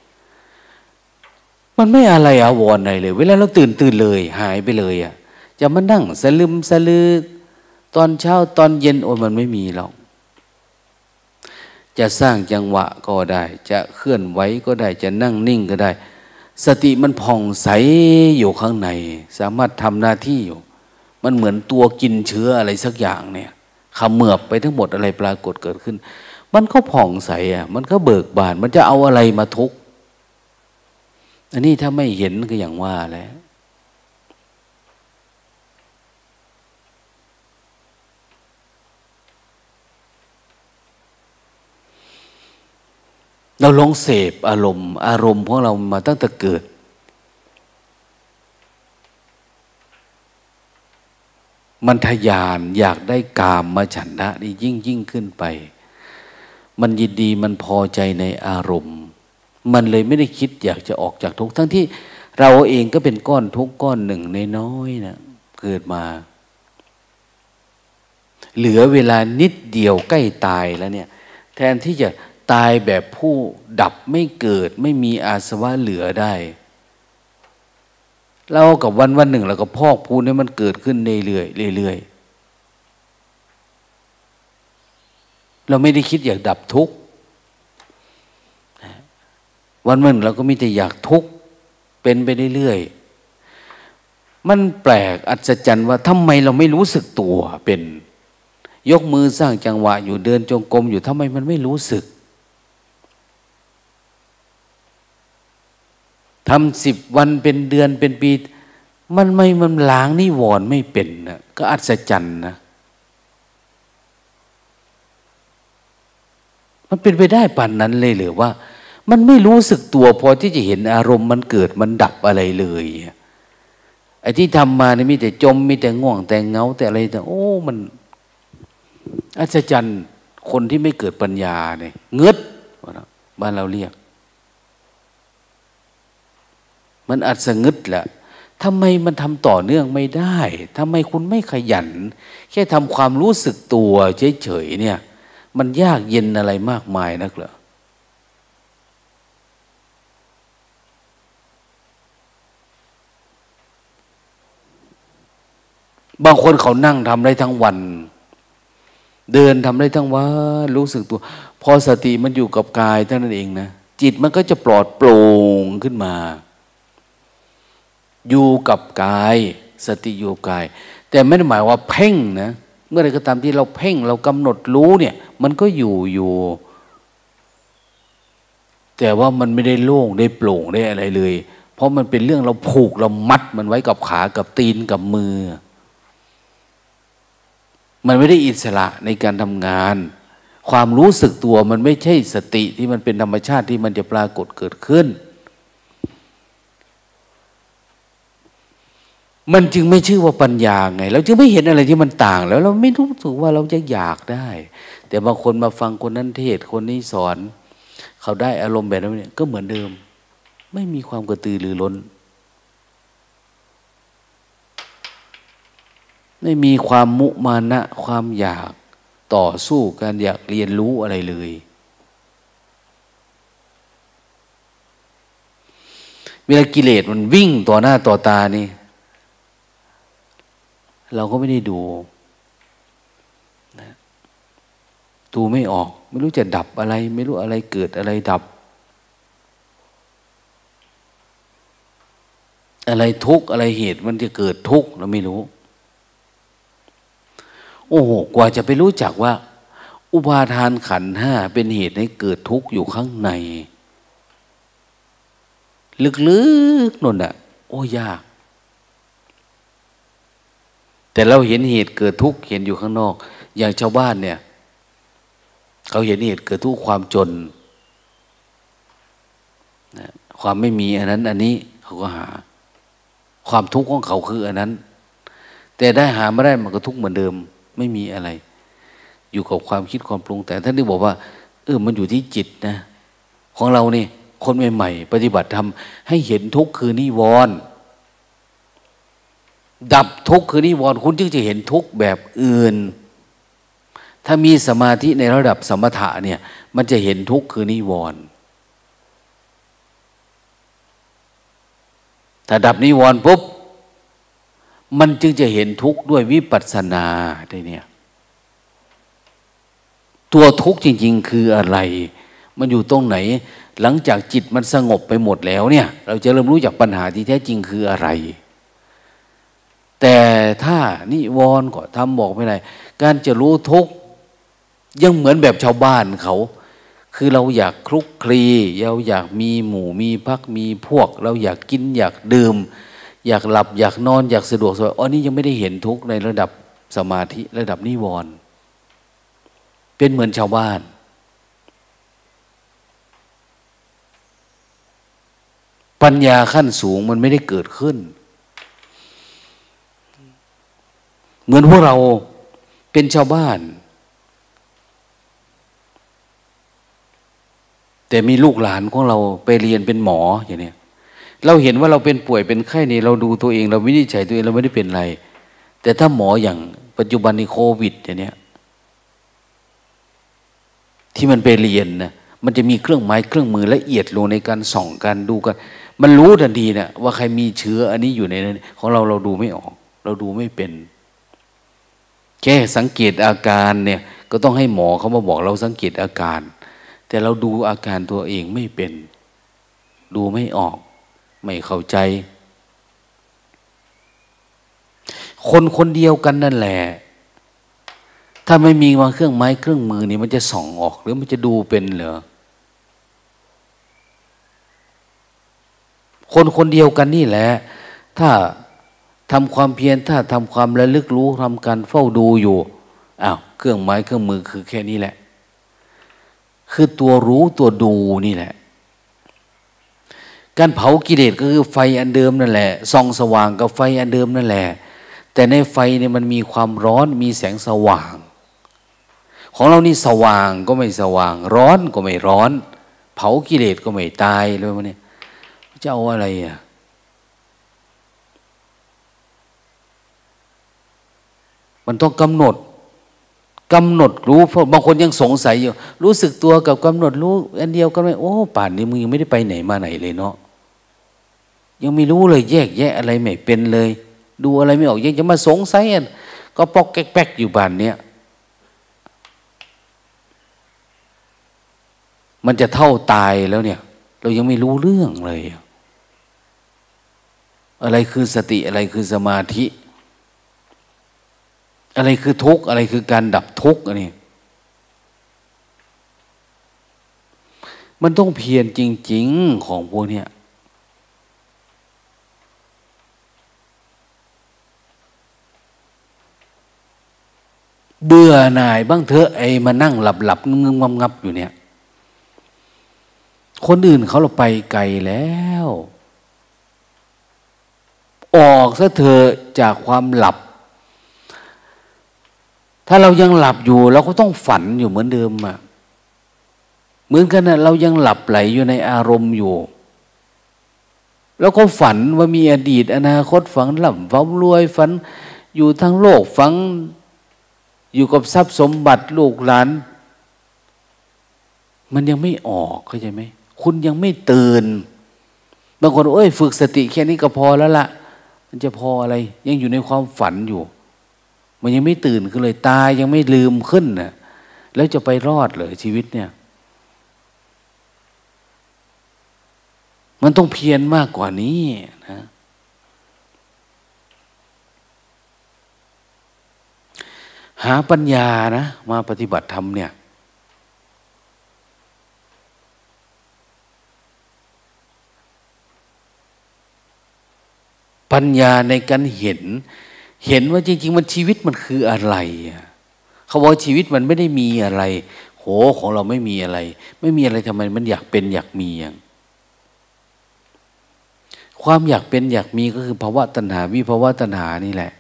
ๆมันไม่อะไรอาวรณ์อะไรเลยเวลาเราตื่นเลยหายไปเลยอ่ะจะมานั่งสลึมสลือตอนเช้าตอนเย็นโอ้มันไม่มีหรอกจะสร้างจังหวะก็ได้จะเคลื่อนไหวก็ได้จะนั่งนิ่งก็ได้สติมันผ่องใสอยู่ข้างในสามารถทำหน้าที่อยู่มันเหมือนตัวกินเชื้ออะไรสักอย่างเนี่ยเขมือบไปทั้งหมดอะไรปรากฏเกิดขึ้นมันก็ผ่องใสอ่ะมันก็เบิกบานมันจะเอาอะไรมาทุกข์อันนี้ถ้าไม่เห็นก็อย่างว่าแหละเราลองเสพอารมณ์ของเรามาตั้งแต่เกิดมันทยานอยากได้กามมาฉันทะนี่ยิ่งขึ้นไปมันยินดีมันพอใจในอารมณ์มันเลยไม่ได้คิดอยากจะออกจากทุกข์ทั้งที่เราเองก็เป็นก้อนทุกข์ก้อนหนึ่งน้อยๆนะเกิดมาเหลือเวลานิดเดียวใกล้ตายแล้วเนี่ยแทนที่จะตายแบบผู้ดับไม่เกิดไม่มีอาสวะเหลือได้เรากับวันหนึ่งเราก็พอกพูนให้มันเกิดขึ้นเรื่อยเราไม่ได้คิดอยากดับทุกข์วันหนึ่งเราก็มีแต่อยากทุกข์เป็นไปเรื่อยมันแปลกอัศจรรย์ว่าทำไมเราไม่รู้สึกตัวเป็นยกมือสร้างจังหวะอยู่เดินจงกรมอยู่ทำไมมันไม่รู้สึกทำ10 วันเป็นเดือนเป็นปีมันล้างนิวรณ์ไม่เป็นนะก็อัศจรรย์นะมันเป็นไปได้ปานนั้นเลยหรือว่ามันไม่รู้สึกตัวพอที่จะเห็นอารมณ์มันเกิดมันดับอะไรเลยไอ้ที่ทำมาเนี่ยมีแต่จมมีแต่ง่วงแต่เงาแต่อะไรแต่โอ้มันอัศจรรย์คนที่ไม่เกิดปัญญาเนี่ยเงืดบ้านเราเรียกมันอัศงึดแหละทำไมมันทำต่อเนื่องไม่ได้ทำไมคุณไม่ขยันแค่ทำความรู้สึกตัวเฉยๆเนี่ยมันยากเย็นอะไรมากมายนักเหรอบางคนเขานั่งทำได้ทั้งวันเดินทำได้ทั้งวันรู้สึกตัวพอสติมันอยู่กับกายเท่านั้นเองนะจิตมันก็จะปลอดโปร่งขึ้นมาอยู่กับกายสติอยู่กับกายแต่ไม่ได้หมายว่าเพ่งนะเมื่อไรก็ตามที่เราเพ่งเรากำหนดรู้เนี่ยมันก็อยู่แต่ว่ามันไม่ได้โล่งได้โปร่งได้อะไรเลยเพราะมันเป็นเรื่องเราผูกเรามัดมันไว้กับขากับตีนกับมือมันไม่ได้อิสระในการทำงานความรู้สึกตัวมันไม่ใช่สติที่มันเป็นธรรมชาติที่มันจะปรากฏเกิดขึ้นมันจึงไม่ชื่อว่าปัญญาไงเราจึงไม่เห็นอะไรที่มันต่างแล้วเราไม่รู้สึกว่าเราจะอยากได้แต่บางคนมาฟังคนนั้นเทศคนนี้สอนเขาได้อารมณ์แบบนั้นเนี่ยก็เหมือนเดิมไม่มีความกระตือรือร้นไม่มีความมุมานะความอยากต่อสู้การอยากเรียนรู้อะไรเลยเวลากิเลสมันวิ่งต่อหน้าต่อตานี่เราก็ไม่ได้ดูนะดูไม่ออกไม่รู้จะดับอะไรไม่รู้อะไรเกิดอะไรดับอะไรทุกข์อะไรเหตุมันจะเกิดทุกข์เราไม่รู้โอ้โหกว่าจะไปรู้จักว่าอุปาทานขันธ์ห้าเป็นเหตุให้เกิดทุกข์อยู่ข้างในลึกๆนั่นน่ะโอ้ยากแต่เราเห็นเหตุเกิดทุกข์เห็นอยู่ข้างนอกอย่างชาวบ้านเนี่ยเขาเห็นเหตุเกิดทุกข์ความจนนะความไม่มีอันนั้นอันนี้เขาก็หาความทุกข์ของเขาคืออันนั้นแต่ได้หาไม่ได้มันก็ทุกข์เหมือนเดิมไม่มีอะไรอยู่กับความคิดความปรุงแต่ท่านได้บอกว่ามันอยู่ที่จิตนะของเรานี่คนใหม่ๆปฏิบัติธรรมให้เห็นทุกข์คือนิวรณ์ดับทุกข์คือนิวรณ์คุณจึงจะเห็นทุกข์แบบอื่นถ้ามีสมาธิในระดับสมถะเนี่ยมันจะเห็นทุกข์คือนิวรณ์ถ้าดับนิวรณ์ปุ๊บมันจึงจะเห็นทุกข์ด้วยวิปัสสนาได้เนี่ยตัวทุกข์จริงๆคืออะไรมันอยู่ตรงไหนหลังจากจิตมันสงบไปหมดแล้วเนี่ยเราจะเริ่มรู้จักปัญหาที่แท้จริงคืออะไรแต่ถ้านิวรณ์ก็ทำบอกไม่ได้การจะรู้ทุกข์ยังเหมือนแบบชาวบ้านเขาคือเราอยากคลุกคลีเราอยากมีหมู่มีพรรคมีพวกเราอยากกินอยากดื่มอยากหลับอยากนอนอยากสะดวกสบายนี่ยังไม่ได้เห็นทุกข์ในระดับสมาธิระดับนิวรณ์เป็นเหมือนชาวบ้านปัญญาขั้นสูงมันไม่ได้เกิดขึ้นเหมือนพวกเราเป็นชาวบ้านแต่มีลูกหลานของเราไปเรียนเป็นหมออย่างนี้เราเห็นว่าเราเป็นป่วยเป็นไข้นี่เราดูตัวเองเราวินิจฉัยตัวเองเราไม่ได้เป็นไรแต่ถ้าหมออย่างปัจจุบันในโควิดอย่างนี้ที่มันไปเรียนนะมันจะมีเครื่องไม้เครื่องมือละเอียดลงในการส่องกันดูกันมันรู้ทันทีนะว่าใครมีเชื้ออันนี้อยู่ในนั้นของเราดูไม่ออกเราดูไม่เป็นแค่สังเกตอาการเนี่ยก็ต้องให้หมอเขามาบอกเราสังเกตอาการแต่เราดูอาการตัวเองไม่เป็นดูไม่ออกไม่เข้าใจคนคนเดียวกันนั่นแหละถ้าไม่มีวางเครื่องไม้เครื่องมือนี่มันจะส่องออกหรือมันจะดูเป็นเหรอคนคนเดียวกันนี่แหละถ้าทำความเพียรถ้าทำความระลึกรู้ทำการเฝ้าดูอยู่เครื่องไม้เครื่องมือคือแค่นี้แหละคือตัวรู้ตัวดูนี่แหละการเผากิเลสก็คือไฟอันเดิมนั่นแหละส่องสว่างกับไฟอันเดิมนั่นแหละแต่ในไฟเนี่ยมันมีความร้อนมีแสงสว่างของเรานี่สว่างก็ไม่สว่างร้อนก็ไม่ร้อนเผากิเลสก็ไม่ตายเลยมันเนี่ยจะเอาอะไรมันต้องกำหนดรู้เพราะบางคนยังสงสัยอยู่รู้สึกตัวกับกำหนดรู้อันเดียวกันไหมโอ้ป่านนี้มึงยังไม่ได้ไปไหนมาไหนเลยเนาะยังไม่รู้เลยแยกแยะอะไรไม่เป็นเลยดูอะไรไม่ออกยังจะมาสงสัยก็ปอกแป๊กๆอยู่บ้านเนี้ยมันจะเท่าตายแล้วเนี่ยเรายังไม่รู้เรื่องเลยอะไรคือสติอะไรคือสมาธิอะไรคือทุกข์อะไรคือการดับทุกข์อันนี้มันต้องเพียรจริงๆของพวกเนี้ยเบื่อหน่ายบ้างเถอะมานั่งหลับๆงึมๆงับๆอยู่เนี่ยคนอื่นเขาเราไปไกลแล้วออกซะเถอะจากความหลับถ้าเรายังหลับอยู่เราก็ต้องฝันอยู่เหมือนเดิมอะเหมือนกันนะเรายังหลับไหลอยู่ในอารมณ์อยู่แล้วก็ฝันว่ามีอดีตอนาคตฝันร่ำฝันรวยฝันอยู่ทั้งโลกฝันอยู่กับทรัพย์สมบัติลูกหลานมันยังไม่ออกเข้าใจไหมคุณยังไม่ตื่นบางคนเอ้ยฝึกสติแค่นี้ก็พอแล้วล่ะมันจะพออะไรยังอยู่ในความฝันอยู่มันยังไม่ตื่นขึ้นเลยตายังไม่ลืมขึ้นน่ะแล้วจะไปรอดเหรอชีวิตเนี่ยมันต้องเพียรมากกว่านี้นะหาปัญญานะมาปฏิบัติธรรมเนี่ยปัญญาในการเห็นว่าจริงๆมันชีวิตมันคืออะไรเขาบอกชีวิตมันไม่ได้มีอะไรโหของเราไม่มีอะไรไม่มีอะไรทำไมมันอยากเป็นอยากมีอย่างความอยากเป็นอยากมีก็คือภาวะตัณหาวิภาวะตัณหานี่แหละ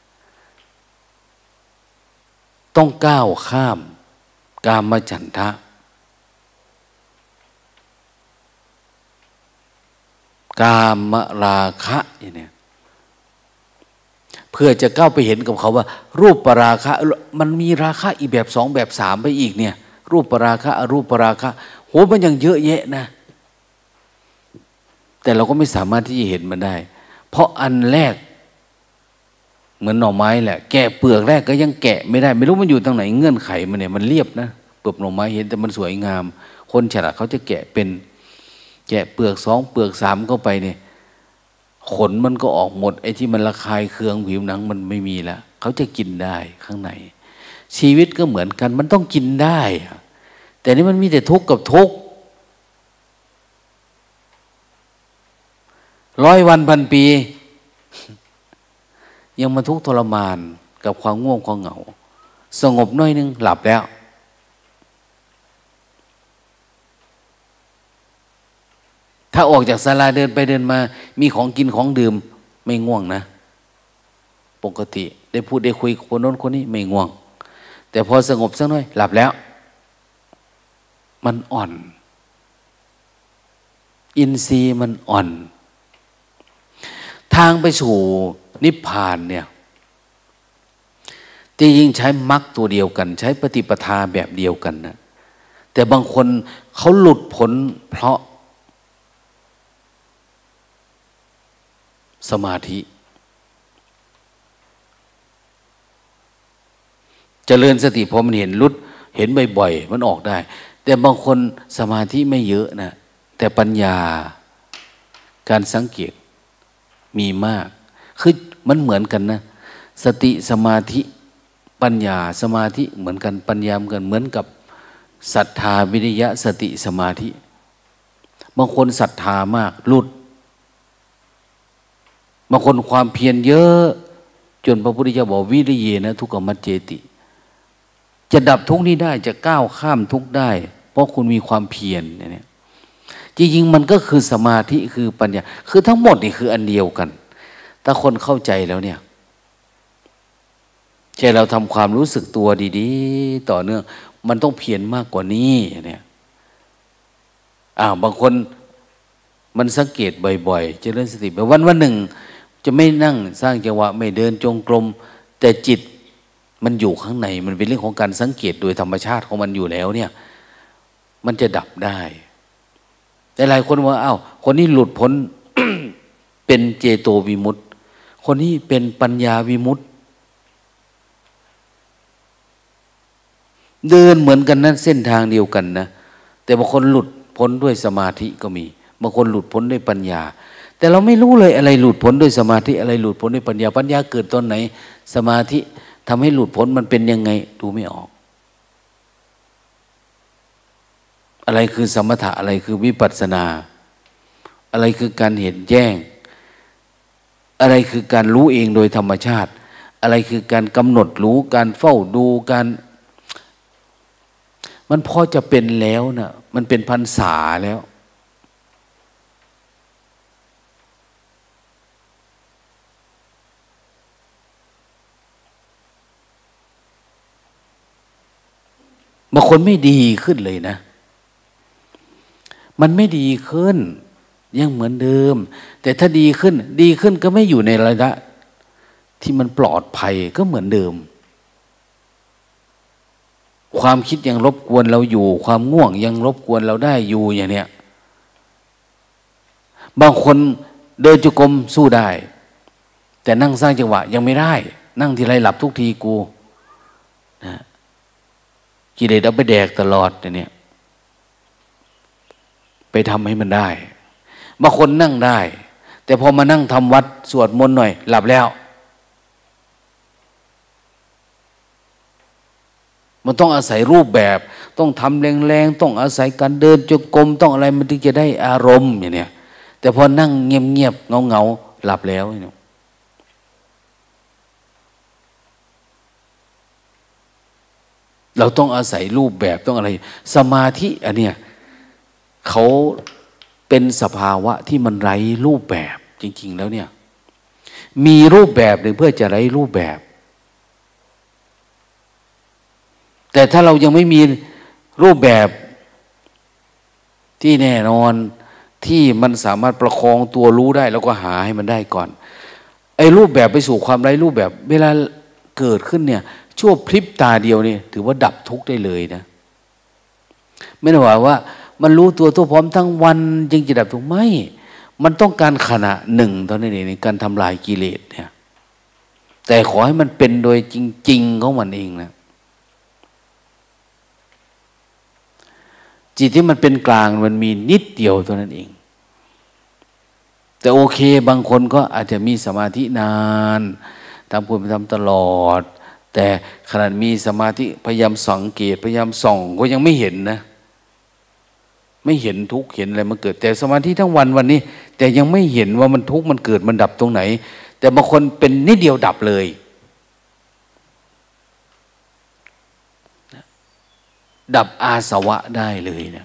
ต้องก้าวข้ามกามฉันทะกามราคะเนี่ยเพื่อจะก้าวไปเห็นกับเขาว่ารูปปราคะมันมีราคะอีกแบบสองแบบสามไปอีกเนี่ยรูปปราคะอรูปปราคะโหมันยังเยอะแยะนะแต่เราก็ไม่สามารถที่จะเห็นมันได้เพราะอันแรกเหมือนหน่อไม้แหละแกะเปลือกแรกก็ยังแกะไม่ได้ไม่รู้มันอยู่ตรงไหนเงื่อนไขมันเนี่ยมันเรียบนะเปลือกหน่อไม้เห็นแต่มันสวยงามคนฉลาดเขาจะแกะเป็นแกะเปลือกสองเปลือกสามเข้าไปเนี่ยขนมันก็ออกหมดไอ้ที่มันระคายเคืองผิวหนังมันไม่มีแล้วเขาจะกินได้ข้างในชีวิตก็เหมือนกันมันต้องกินได้แต่นี่มันมีแต่ทุกข์กับทุกข์100 วันพันปียังมาทุกข์ทรมานกับความง่วงความเหงาสงบน้อยนึงหลับแล้วถ้าออกจากศาลาเดินไปเดินมามีของกินของดื่มไม่ง่วงนะปกติได้พูดได้คุยกับคนโน้นคนนี้ไม่ง่วงแต่พอสงบสักหน่อยหลับแล้วมันอ่อนอินทรีย์มันอ่อนทางไปสู่นิพพานเนี่ยจริงๆใช้มรรคตัวเดียวกันใช้ปฏิปทาแบบเดียวกันนะแต่บางคนเขาหลุดพ้นเพราะสมาธิเจริญสติพอมันเห็นรุดเห็นบ่อยๆมันออกได้แต่บางคนสมาธิไม่เยอะนะแต่ปัญญาการสังเกตมีมากคือมันเหมือนกันนะสติสมาธิปัญญาสมาธิเหมือนกันปัญญาเหมือนกับศรัทธาวิริยะสติสมาธิบางคนศรัทธามากหลุดบางคนความเพียรเยอะจนพระพุทธเจ้าบอกวิริเยนะทุกขมัจเจติจะดับทุกข์นี้ได้จะก้าวข้ามทุกข์ได้เพราะคุณมีความเพียรเนี่ยจริงๆมันก็คือสมาธิคือปัญญาคือทั้งหมดนี่คืออันเดียวกันถ้าคนเข้าใจแล้วเนี่ยใช่เราทำความรู้สึกตัวดีๆต่อเนื่องมันต้องเพียรมากกว่านี้เนี่ยบางคนมันสังเกตบ่อยๆเจริญสติไปวันหนึ่งจะไม่นั่งสร้างจังหวะไม่เดินจงกรมแต่จิตมันอยู่ข้างในมันเป็นเรื่องของการสังเกตโดยธรรมชาติของมันอยู่แล้วเนี่ยมันจะดับได้แต่หลายคนว่าคนนี้หลุดพ้น เป็นเจโตวิมุตติคนนี้เป็นปัญญาวิมุตติเดินเหมือนกันนะเส้นทางเดียวกันนะแต่บางคนหลุดพ้นด้วยสมาธิก็มีบางคนหลุดพ้นด้วยปัญญาแต่เราไม่รู้เลยอะไรหลุดพ้นด้วยสมาธิอะไรหลุดพ้นด้วยปัญญาปัญญาเกิดตอนไหนสมาธิทำให้หลุดพ้นมันเป็นยังไงดูไม่ออกอะไรคือสมถะอะไรคือวิปัสสนาอะไรคือการเห็นแจ้งอะไรคือการรู้เองโดยธรรมชาติอะไรคือการกำหนดรู้การเฝ้าดูการมันพอจะเป็นแล้วนะมันเป็นพรรษาแล้วบางคนไม่ดีขึ้นเลยนะมันไม่ดีขึ้นยังเหมือนเดิมแต่ถ้าดีขึ้นก็ไม่อยู่ในระดับที่มันปลอดภัยก็เหมือนเดิมความคิดยังรบกวนเราอยู่ความง่วงยังรบกวนเราได้อยู่อย่างเนี้ยบางคนเดินจุกรมสู้ได้แต่นั่งสร้างจังหวะยังไม่ได้นั่งทีไรหลับทุกทีกูนะกิเลสเอาไปแดกตลอดเนี่ยไปทำให้มันได้บางคนนั่งได้แต่พอมานั่งทำวัดสวดมนต์หน่อยหลับแล้วมันต้องอาศัยรูปแบบต้องทำแรงๆต้องอาศัยการเดินจงกรมต้องอะไรมันถึงจะได้อารมณ์อย่างเนี้ยแต่พอนั่งเงียบๆเงาๆหลับแล้วเนี่ยเราต้องอาศัยรูปแบบต้องอะไรสมาธิอันเนี้ยเขาเป็นสภาวะที่มันไร้รูปแบบจริงๆแล้วเนี่ยมีรูปแบบหนึ่งเพื่อจะไร้รูปแบบแต่ถ้าเรายังไม่มีรูปแบบที่แน่นอนที่มันสามารถประคองตัวรู้ได้แล้วก็หาให้มันได้ก่อนไอ้รูปแบบไปสู่ความไร้รูปแบบเวลาเกิดขึ้นเนี่ยชั่วพริบตาเดียวนี่ถือว่าดับทุกข์ได้เลยนะไม่ได้ว่ามันรู้ตัวพร้อมทั้งวันจึงจะดับทุกข์ไม่มันต้องการขณะหนึ่งเท่านั้นเองในการทำลายกิเลสเนี่ยแต่ขอให้มันเป็นโดยจริงๆของมันเองนะจิตที่มันเป็นกลางมันมีนิดเดียวเท่านั้นเองแต่โอเคบางคนก็อาจจะมีสมาธินานทำควรทำตลอดแต่ขณะมีสมาธิพยายามสังเกตพยายามส่องก็ยังไม่เห็นนะไม่เห็นทุกข์เห็นอะไรมันเกิดแต่สมาธิทั้งวันนี้แต่ยังไม่เห็นว่ามันทุกข์มันเกิดมันดับตรงไหนแต่บางคนเป็นนิดเดียวดับเลยดับอาสวะได้เลยนะ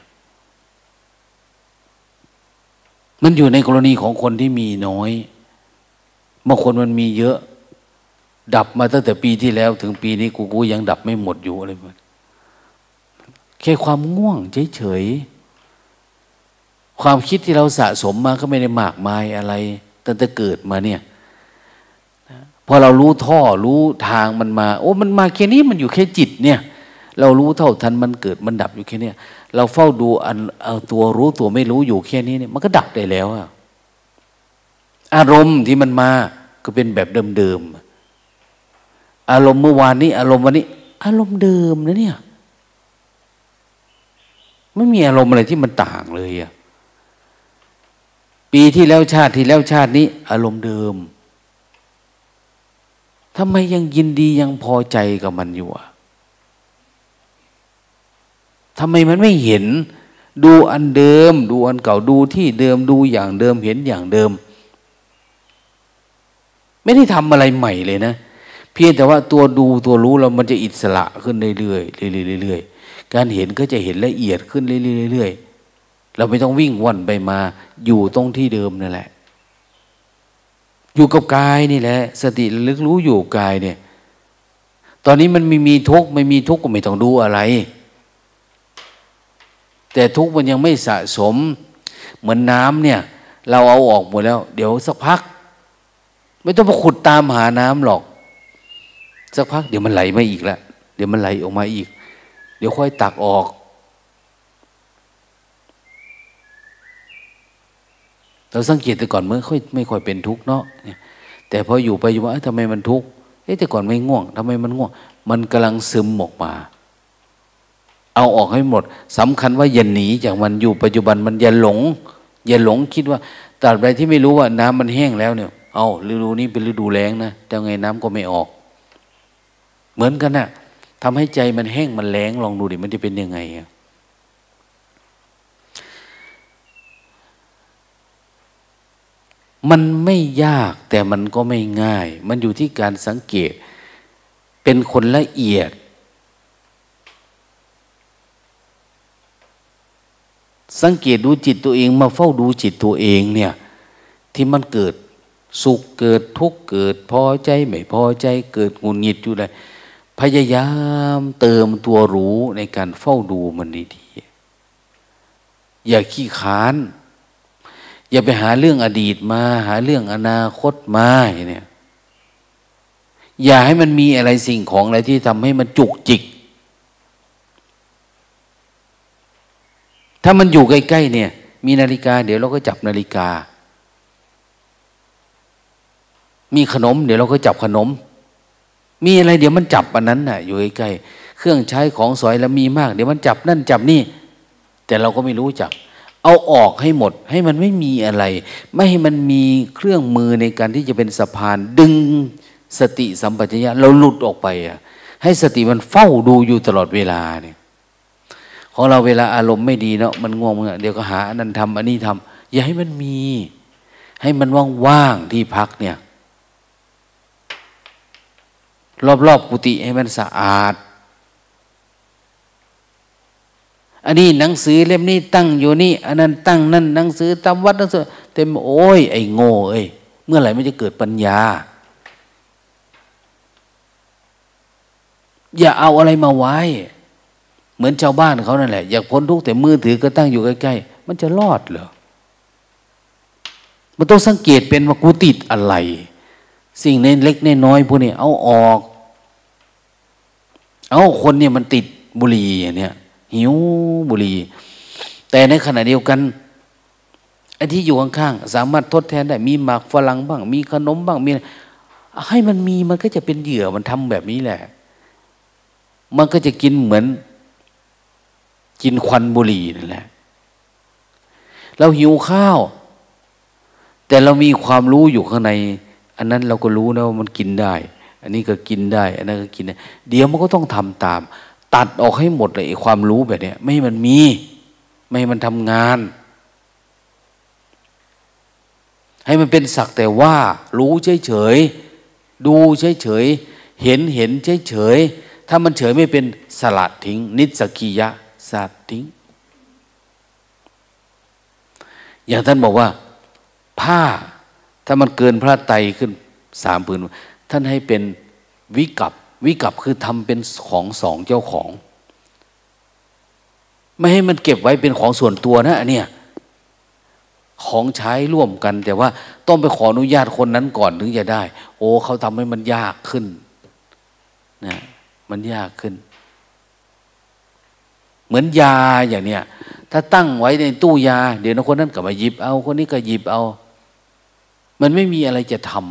มันอยู่ในกรณีของคนที่มีน้อยบางคนมันมีเยอะดับมาตั้งแต่ปีที่แล้วถึงปีนี้กูยังดับไม่หมดอยู่อะไรแบบแค่ความง่วงเฉยๆความคิดที่เราสะสมมาก็ไม่ได้มากมายอะไรตั้งแต่เกิดมาเนี่ยพอเรารู้ท่อรู้ทางมันมาโอ้มันมาแค่นี้มันอยู่แค่จิตเนี่ยเรารู้เท่าทันมันเกิดมันดับอยู่แค่นี้เราเฝ้าดูเอาตัวรู้ตัวไม่รู้อยู่แค่นี้เนี่ยมันก็ดับได้แล้วอะอารมณ์ที่มันมาก็เป็นแบบเดิมๆอารมณ์เมื่อวานนี้อารมณ์วันนี้อารมณ์เดิมนะเนี่ยไม่มีอารมณ์อะไรที่มันต่างเลยอะปีที่แล้วชาติที่แล้วชาตินี้อารมณ์เดิมทำไมยังยินดียังพอใจกับมันอยู่อะทำไมมันไม่เห็นดูอันเดิมดูอันเก่าดูที่เดิมดูอย่างเดิมเห็นอย่างเดิมไม่ได้ทำอะไรใหม่เลยนะเพียงแต่ว่าตัวดูตัวรู้เรามันจะอิสระขึ้นเรื่อยๆเรื่อยๆการเห็นก็จะเห็นละเอียดขึ้นเรื่อยๆเราไม่ต้องวิ่งว่อนไปมาอยู่ตรงที่เดิมนั่นแหละอยู่กับกายนี่แหละสติระลึกรู้อยู่กายเนี่ยตอนนี้มันมีทุกข์ไม่มีทุกข์ก็ไม่ต้องดูอะไรแต่ทุกข์มันยังไม่สะสมเหมือนน้ำเนี่ยเราเอาออกหมดแล้วเดี๋ยวสักพักไม่ต้องไปขุดตามหาน้ำหรอกสักพักเดี๋ยวมันไหลมาอีกแล้วเดี๋ยวมันไหลออกมาอีกเดี๋ยวค่อยตักออกเราสังเกตแต่ก่อนไม่ค่อยเป็นทุกข์เนาะแต่พออยู่ไปอยู่ว่าทำไมมันทุกข์แต่ก่อนไม่ง่วงทำไมมันง่วงมันกำลังซึมออกมาเอาออกให้หมดสำคัญว่าอย่าหนีจากมันอยู่ปัจจุบันมันอย่าหลงคิดว่าตราบใดที่ไม่รู้ว่าน้ำมันแห้งแล้วเนี่ยเอาฤดูนี้เป็นฤดูแล้งนะแต่ไงน้ำก็ไม่ออกเหมือนกันนะทำให้ใจมันแห้งมันแล้งลองดูดิมันจะเป็นยังไงมันไม่ยากแต่มันก็ไม่ง่ายมันอยู่ที่การสังเกตเป็นคนละเอียดสังเกตดูจิตตัวเองมาเฝ้าดูจิตตัวเองเนี่ยที่มันเกิดสุขเกิดทุกข์เกิดพอใจไม่พอใจเกิดหงุดหงิดอยู่เลยพยายามเติมตัวรู้ในการเฝ้าดูมันดีๆอย่าขี้ค้านอย่าไปหาเรื่องอดีตมาหาเรื่องอนาคตมาเนี่ยอย่าให้มันมีอะไรสิ่งของอะไรที่ทำให้มันจุกจิกถ้ามันอยู่ใกล้ๆเนี่ยมีนาฬิกาเดี๋ยวเราก็จับนาฬิกามีขนมเดี๋ยวเราก็จับขนมมีอะไรเดี๋ยวมันจับอันนั้นน่ะอยู่ใกล้ๆเครื่องใช้ของสอยแล้วมีมากเดี๋ยวมันจับนั่นจับนี่แต่เราก็ไม่รู้จักเอาออกให้หมดให้มันไม่มีอะไรไม่ให้มันมีเครื่องมือในการที่จะเป็นสะพานดึงสติสัมปชัญญะเราหลุดออกไปอ่ะให้สติมันเฝ้าดูอยู่ตลอดเวลาเนี่ยของเราเวลาอารมณ์ไม่ดีเนาะมันง่วงเดี๋ยวก็หาอันนั้นทำอันนี้ทำอย่าให้มันมีให้มันว่างๆที่พักเนี่ยรอบๆกุฏิให้มันสะอาดอันนี้หนังสือเล่มนี้ตั้งอยู่นี่อันนั้นตั้งนั่นหนังสือตามวัดหนังสือเต็มโอ้ยไอ้โง่เอ้ยเมื่อไหร่มันจะเกิดปัญญาอย่าเอาอะไรมาไว้เหมือนชาวบ้านเขานั่นแหละอยากพ้นทุกข์แต่มือถือก็ตั้งอยู่ใกล้ๆมันจะรอดเหรอมันต้องสังเกตเป็นว่ากูติดอะไรสิ่งเล็กๆน้อยๆพวกนี้เอาออกคนเนี่ยมันติดบุหรี่อย่างเนี้ยหิวบุหรี่แต่ในขณะเดียวกันไอ้ที่อยู่ข้างๆสามารถทดแทนได้มีหมากฝรั่งบ้างมีขนมบ้างมีให้มันมีมันก็จะเป็นเหยื่อมันทำแบบนี้แหละมันก็จะกินเหมือนกินควันบุหรี่นั่นแหละเราหิวข้าวแต่เรามีความรู้อยู่ข้างในอันนั้นเราก็รู้นะว่ามันกินได้อันนี้ก็กินได้อันนั้นก็กินได้เดี๋ยวมันก็ต้องทำตามตัดออกให้หมดเลยไอ้ความรู้แบบนี้ไม่ให้มันมีไม่ให้มันทำงานให้มันเป็นสักแต่ว่ารู้เฉยๆดูเฉยๆเห็นเฉยๆถ้ามันเฉยไม่เป็นสลัดทิ้งนิสสกิยะสลัดทิ้งอย่างท่านบอกว่าผ้าถ้ามันเกินพระไตรขึ้น3 ผืนท่านให้เป็นวิกัปคือทำเป็นของสองเจ้าของไม่ให้มันเก็บไว้เป็นของส่วนตัวนะอันเนี้ยของใช้ร่วมกันแต่ว่าต้องไปขออนุญาตคนนั้นก่อนถึงจะได้โอ้เขาทำให้มันยากขึ้นนะมันยากขึ้นเหมือนยาอย่างเนี้ยถ้าตั้งไว้ในตู้ยาเดี๋ยวคนนั้นก็มาหยิบเอาคนนี้ก็หยิบเอามันไม่มีอะไรจะทำ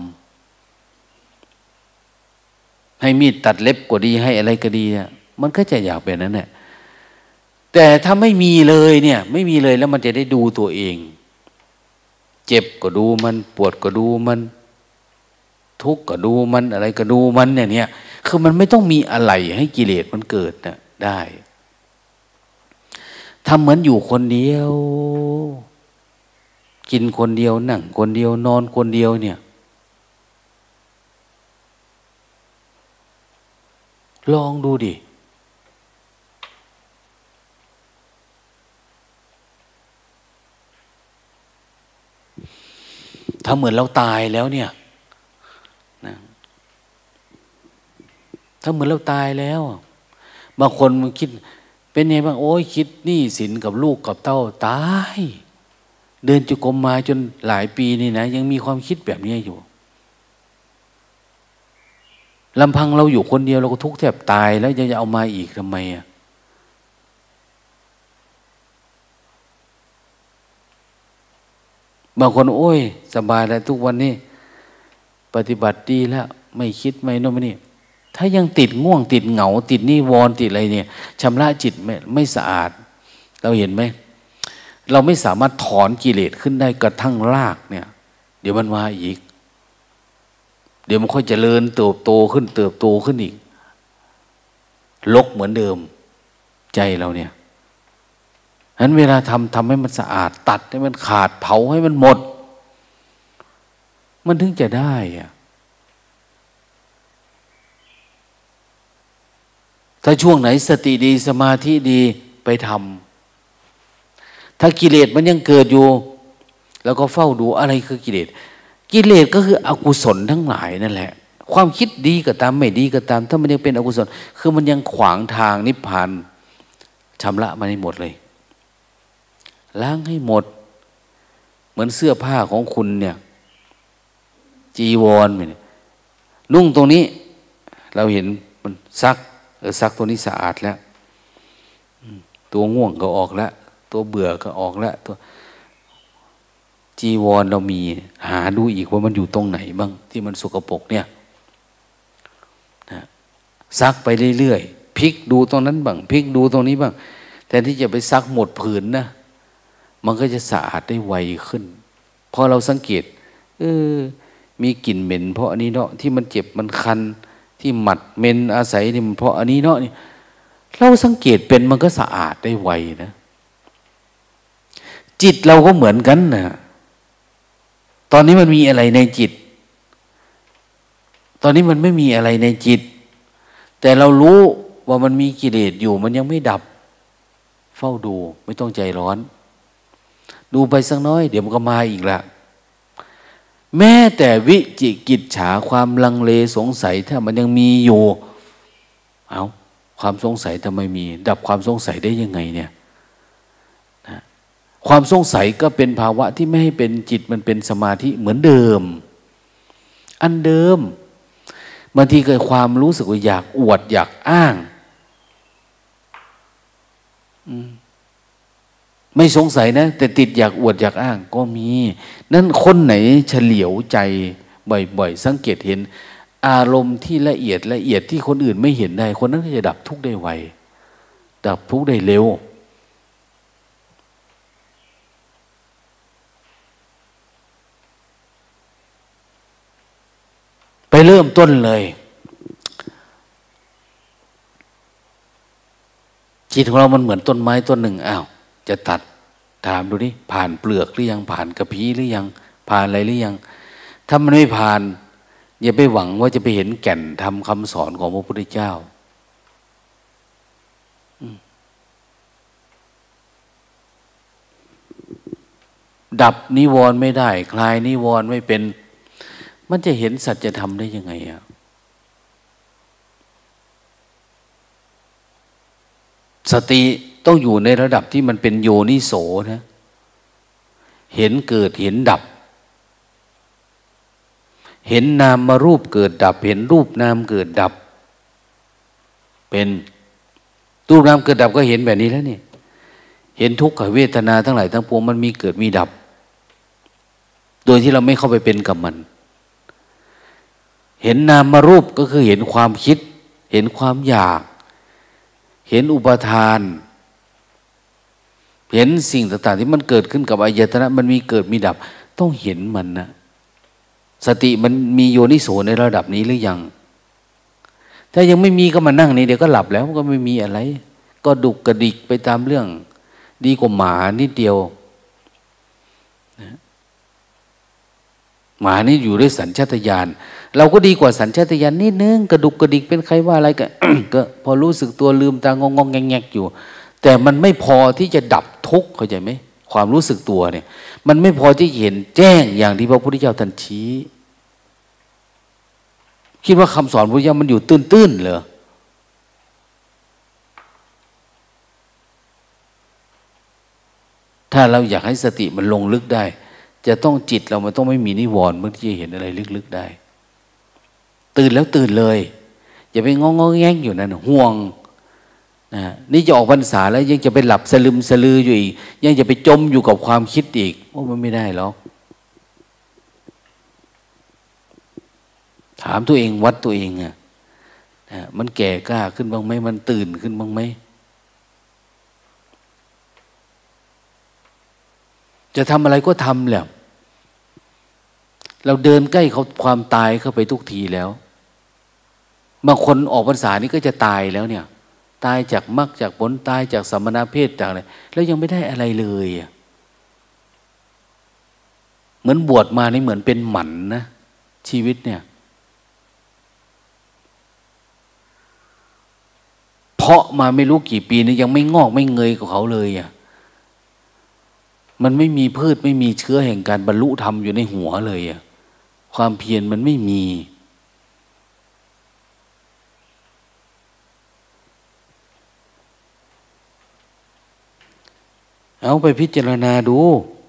ให้มีดตัดเล็บก็ดีให้อะไรก็ดีเนี่ยมันก็จะอยากเป็นนั้นแหละแต่ถ้าไม่มีเลยเนี่ยไม่มีเลยแล้วมันจะได้ดูตัวเองเจ็บก็ดูมันปวดก็ดูมันทุกข์ก็ดูมันอะไรก็ดูมันเนี่ยคือมันไม่ต้องมีอะไรให้กิเลสมันเกิดนะได้ทำเหมือนอยู่คนเดียวกินคนเดียวนั่งคนเดียวนอนคนเดียวเนี่ยลองดูดิถ้าเหมือนเราตายแล้วเนี่ยนะถ้าเหมือนเราตายแล้วบางคนมันคิดเป็นไงบ้างโอ้ยคิดหนี้สินกับลูกกับเต้าตายเดินจุกรมมาจนหลายปีนี่นะยังมีความคิดแบบนี้อยู่ลำพังเราอยู่คนเดียวเราก็ทุกข์แทบตายแล้วจะเอามาอีกทำไมอ่ะบางคนโอ้ยสบายแล้วทุกวันนี้ปฏิบัติดีแล้วไม่คิดไม่โน่นไม่นี่ถ้ายังติดง่วงติดเหงาติดนิวรณ์ติดอะไรเนี่ยชำระจิตไม่สะอาดเราเห็นไหมเราไม่สามารถถอนกิเลสขึ้นได้กระทั่งรากเนี่ยเดี๋ยวมันมาอีกเดี๋ยวมันค่อยเจริญเติบโตขึ้นอีกลกเหมือนเดิมใจเราเนี่ยฉะนั้นเวลาทำให้มันสะอาดตัดให้มันขาดเผาให้มันหมดมันถึงจะได้อะถ้าช่วงไหนสติดีสมาธิดีไปทำถ้ากิเลสมันยังเกิดอยู่แล้วก็เฝ้าดูอะไรคือกิเลสก็คืออกุศลทั้งหลายนั่นแหละความคิดดีก็ตามไม่ดีก็ตาม ถ้ามันยังเป็นอกุศลคือมันยังขวางทางนิพพานชำระมันให้หมดเลยล้างให้หมดเหมือนเสื้อผ้าของคุณเนี่ยจีวรเนี่ยนุ่งตรงนี้เราเห็นมันซักซักตัวนี้สะอาดแล้วตัวง่วงก็ออกแล้วตัวเบื่อก็ออกแล้วตัวจีวรเรามีหาดูอีกว่ามันอยู่ตรงไหนบ้างที่มันสกปรกเนี่ยนะซักไปเรื่อยๆพลิกดูตรงนั้นบ้างพลิกดูตรงนี้บ้างแทนที่จะไปซักหมดผืนนะมันก็จะสะอาดได้ไวขึ้นพอเราสังเกตมีกลิ่นเหม็นเพราะอันนี้เนาะที่มันเจ็บมันคันที่หมัดเมนอาศัยนี่มันเพราะอันนี้เนาะนี่เราสังเกตเป็นมันก็สะอาดได้ไวนะจิตเราก็เหมือนกันนะตอนนี้มันมีอะไรในจิตตอนนี้มันไม่มีอะไรในจิตแต่เรารู้ว่ามันมีกิเลสอยู่มันยังไม่ดับเฝ้าดูไม่ต้องใจร้อนดูไปสักน้อยเดี๋ยวมันก็มาอีกละแม้แต่วิจิกิจฉาความลังเลสงสัยถ้ามันยังมีอยู่เอาความสงสัยทำไมมีดับความสงสัยได้ยังไงเนี่ยนะความสงสัยก็เป็นภาวะที่ไม่ให้เป็นจิตมันเป็นสมาธิเหมือนเดิมอันเดิมบางทีเกิดความรู้สึกว่าอยากอวดอยากอ้างไม่สงสัยนะแต่ติดอยากอวดอยากอ้างก็มีนั่นคนไหนเฉลียวใจบ่อยๆสังเกตเห็นอารมณ์ที่ละเอียดที่คนอื่นไม่เห็นได้คนนั้นก็จะดับทุกข์ได้ไวดับทุกข์ได้เร็วไปเริ่มต้นเลยจิตของเรามันเหมือนต้นไม้ต้นหนึ่งอ้าวจะตัดถามดูนี่ผ่านเปลือกหรือยังผ่านกระพี้หรือยังผ่านอะไรหรือยังถ้ามันไม่ผ่านอย่าไปหวังว่าจะไปเห็นแก่นทำคำสอนของพระพุทธเจ้าดับนิวรณ์ไม่ได้คลายนิวรณ์ไม่เป็นมันจะเห็นสัจธรรมได้ยังไงอะสติต้องอยู่ในระดับที่มันเป็นโยนิโสนะเห็นเกิดเห็นดับเห็นนามมารูปเกิดดับเห็นรูปนามเกิดดับเป็นรูปนามเกิดดับก็เห็นแบบนี้แล้วนี่เห็นทุกขเวทนาทั้งหลายทั้งปวงมันมีเกิดมีดับโดยที่เราไม่เข้าไปเป็นกับมันเห็นนามมารูปก็คือเห็นความคิดเห็นความอยากเห็นอุปทานเห็นสิ่งต่างๆที่มันเกิดขึ้นกับอายตนะมันมีเกิดมีดับต้องเห็นมันนะสติมันมีโยนิโสในระดับนี้หรือยังถ้ายังไม่มีก็มานั่งนี่เดี๋ยวก็หลับแล้วก็ไม่มีอะไรก็ดุกกระดิกไปตามเรื่องดีกว่าหมานิดเดียวหมานี่อยู่ด้วยสัญชาตญาณเราก็ดีกว่าสัญชาตญาณนิดนึงกระดุกกระดิกเป็นใครว่าอะไรก็ ก็พอรู้สึกตัวลืมตางงๆแงกๆอยู่แต่มันไม่พอที่จะดับทุกข์เข้าใจไหมความรู้สึกตัวเนี่ยมันไม่พอที่จะเห็นแจ้งอย่างที่พระพุทธเจ้าท่านชี้คิดว่าคำสอนพระพุทธเจ้ามันอยู่ตื้นๆเหรอถ้าเราอยากให้สติมันลงลึกได้จะต้องจิตเรามันต้องไม่มีนิวรณ์เมื่อที่จะเห็นอะไรลึกๆได้ตื่นแล้วตื่นเลยอย่าไปงงๆแงงอยู่นั่นห่วงนะนี่จะออกพรรษาแล้วยังจะไปหลับสลึมสลืออยู่อีกยังจะไปจมอยู่กับความคิดอีกโอ้มันไม่ได้หรอกถามตัวเองวัดตัวเองอะมันแก่กล้าขึ้นบ้างไหมมันตื่นขึ้นบ้างไหมจะทำอะไรก็ทำแหละเราเดินใกล้เขาความตายเข้าไปทุกทีแล้วบางคนออกพรรษานี้ก็จะตายแล้วเนี่ยตายจากมรรคจากผลตายจากสัมมนาเพศจากอะไรแล้วยังไม่ได้อะไรเลยเหมือนบวชมานี่เหมือนเป็นหมันนะชีวิตเนี่ยเพาะมาไม่รู้กี่ปีนี่ยังไม่งอกไม่เงยกับเขาเลยมันไม่มีพืชไม่มีเชื้อแห่งการบรรลุธรรมอยู่ในหัวเลยความเพียรมันไม่มีเอาไปพิจารณาดู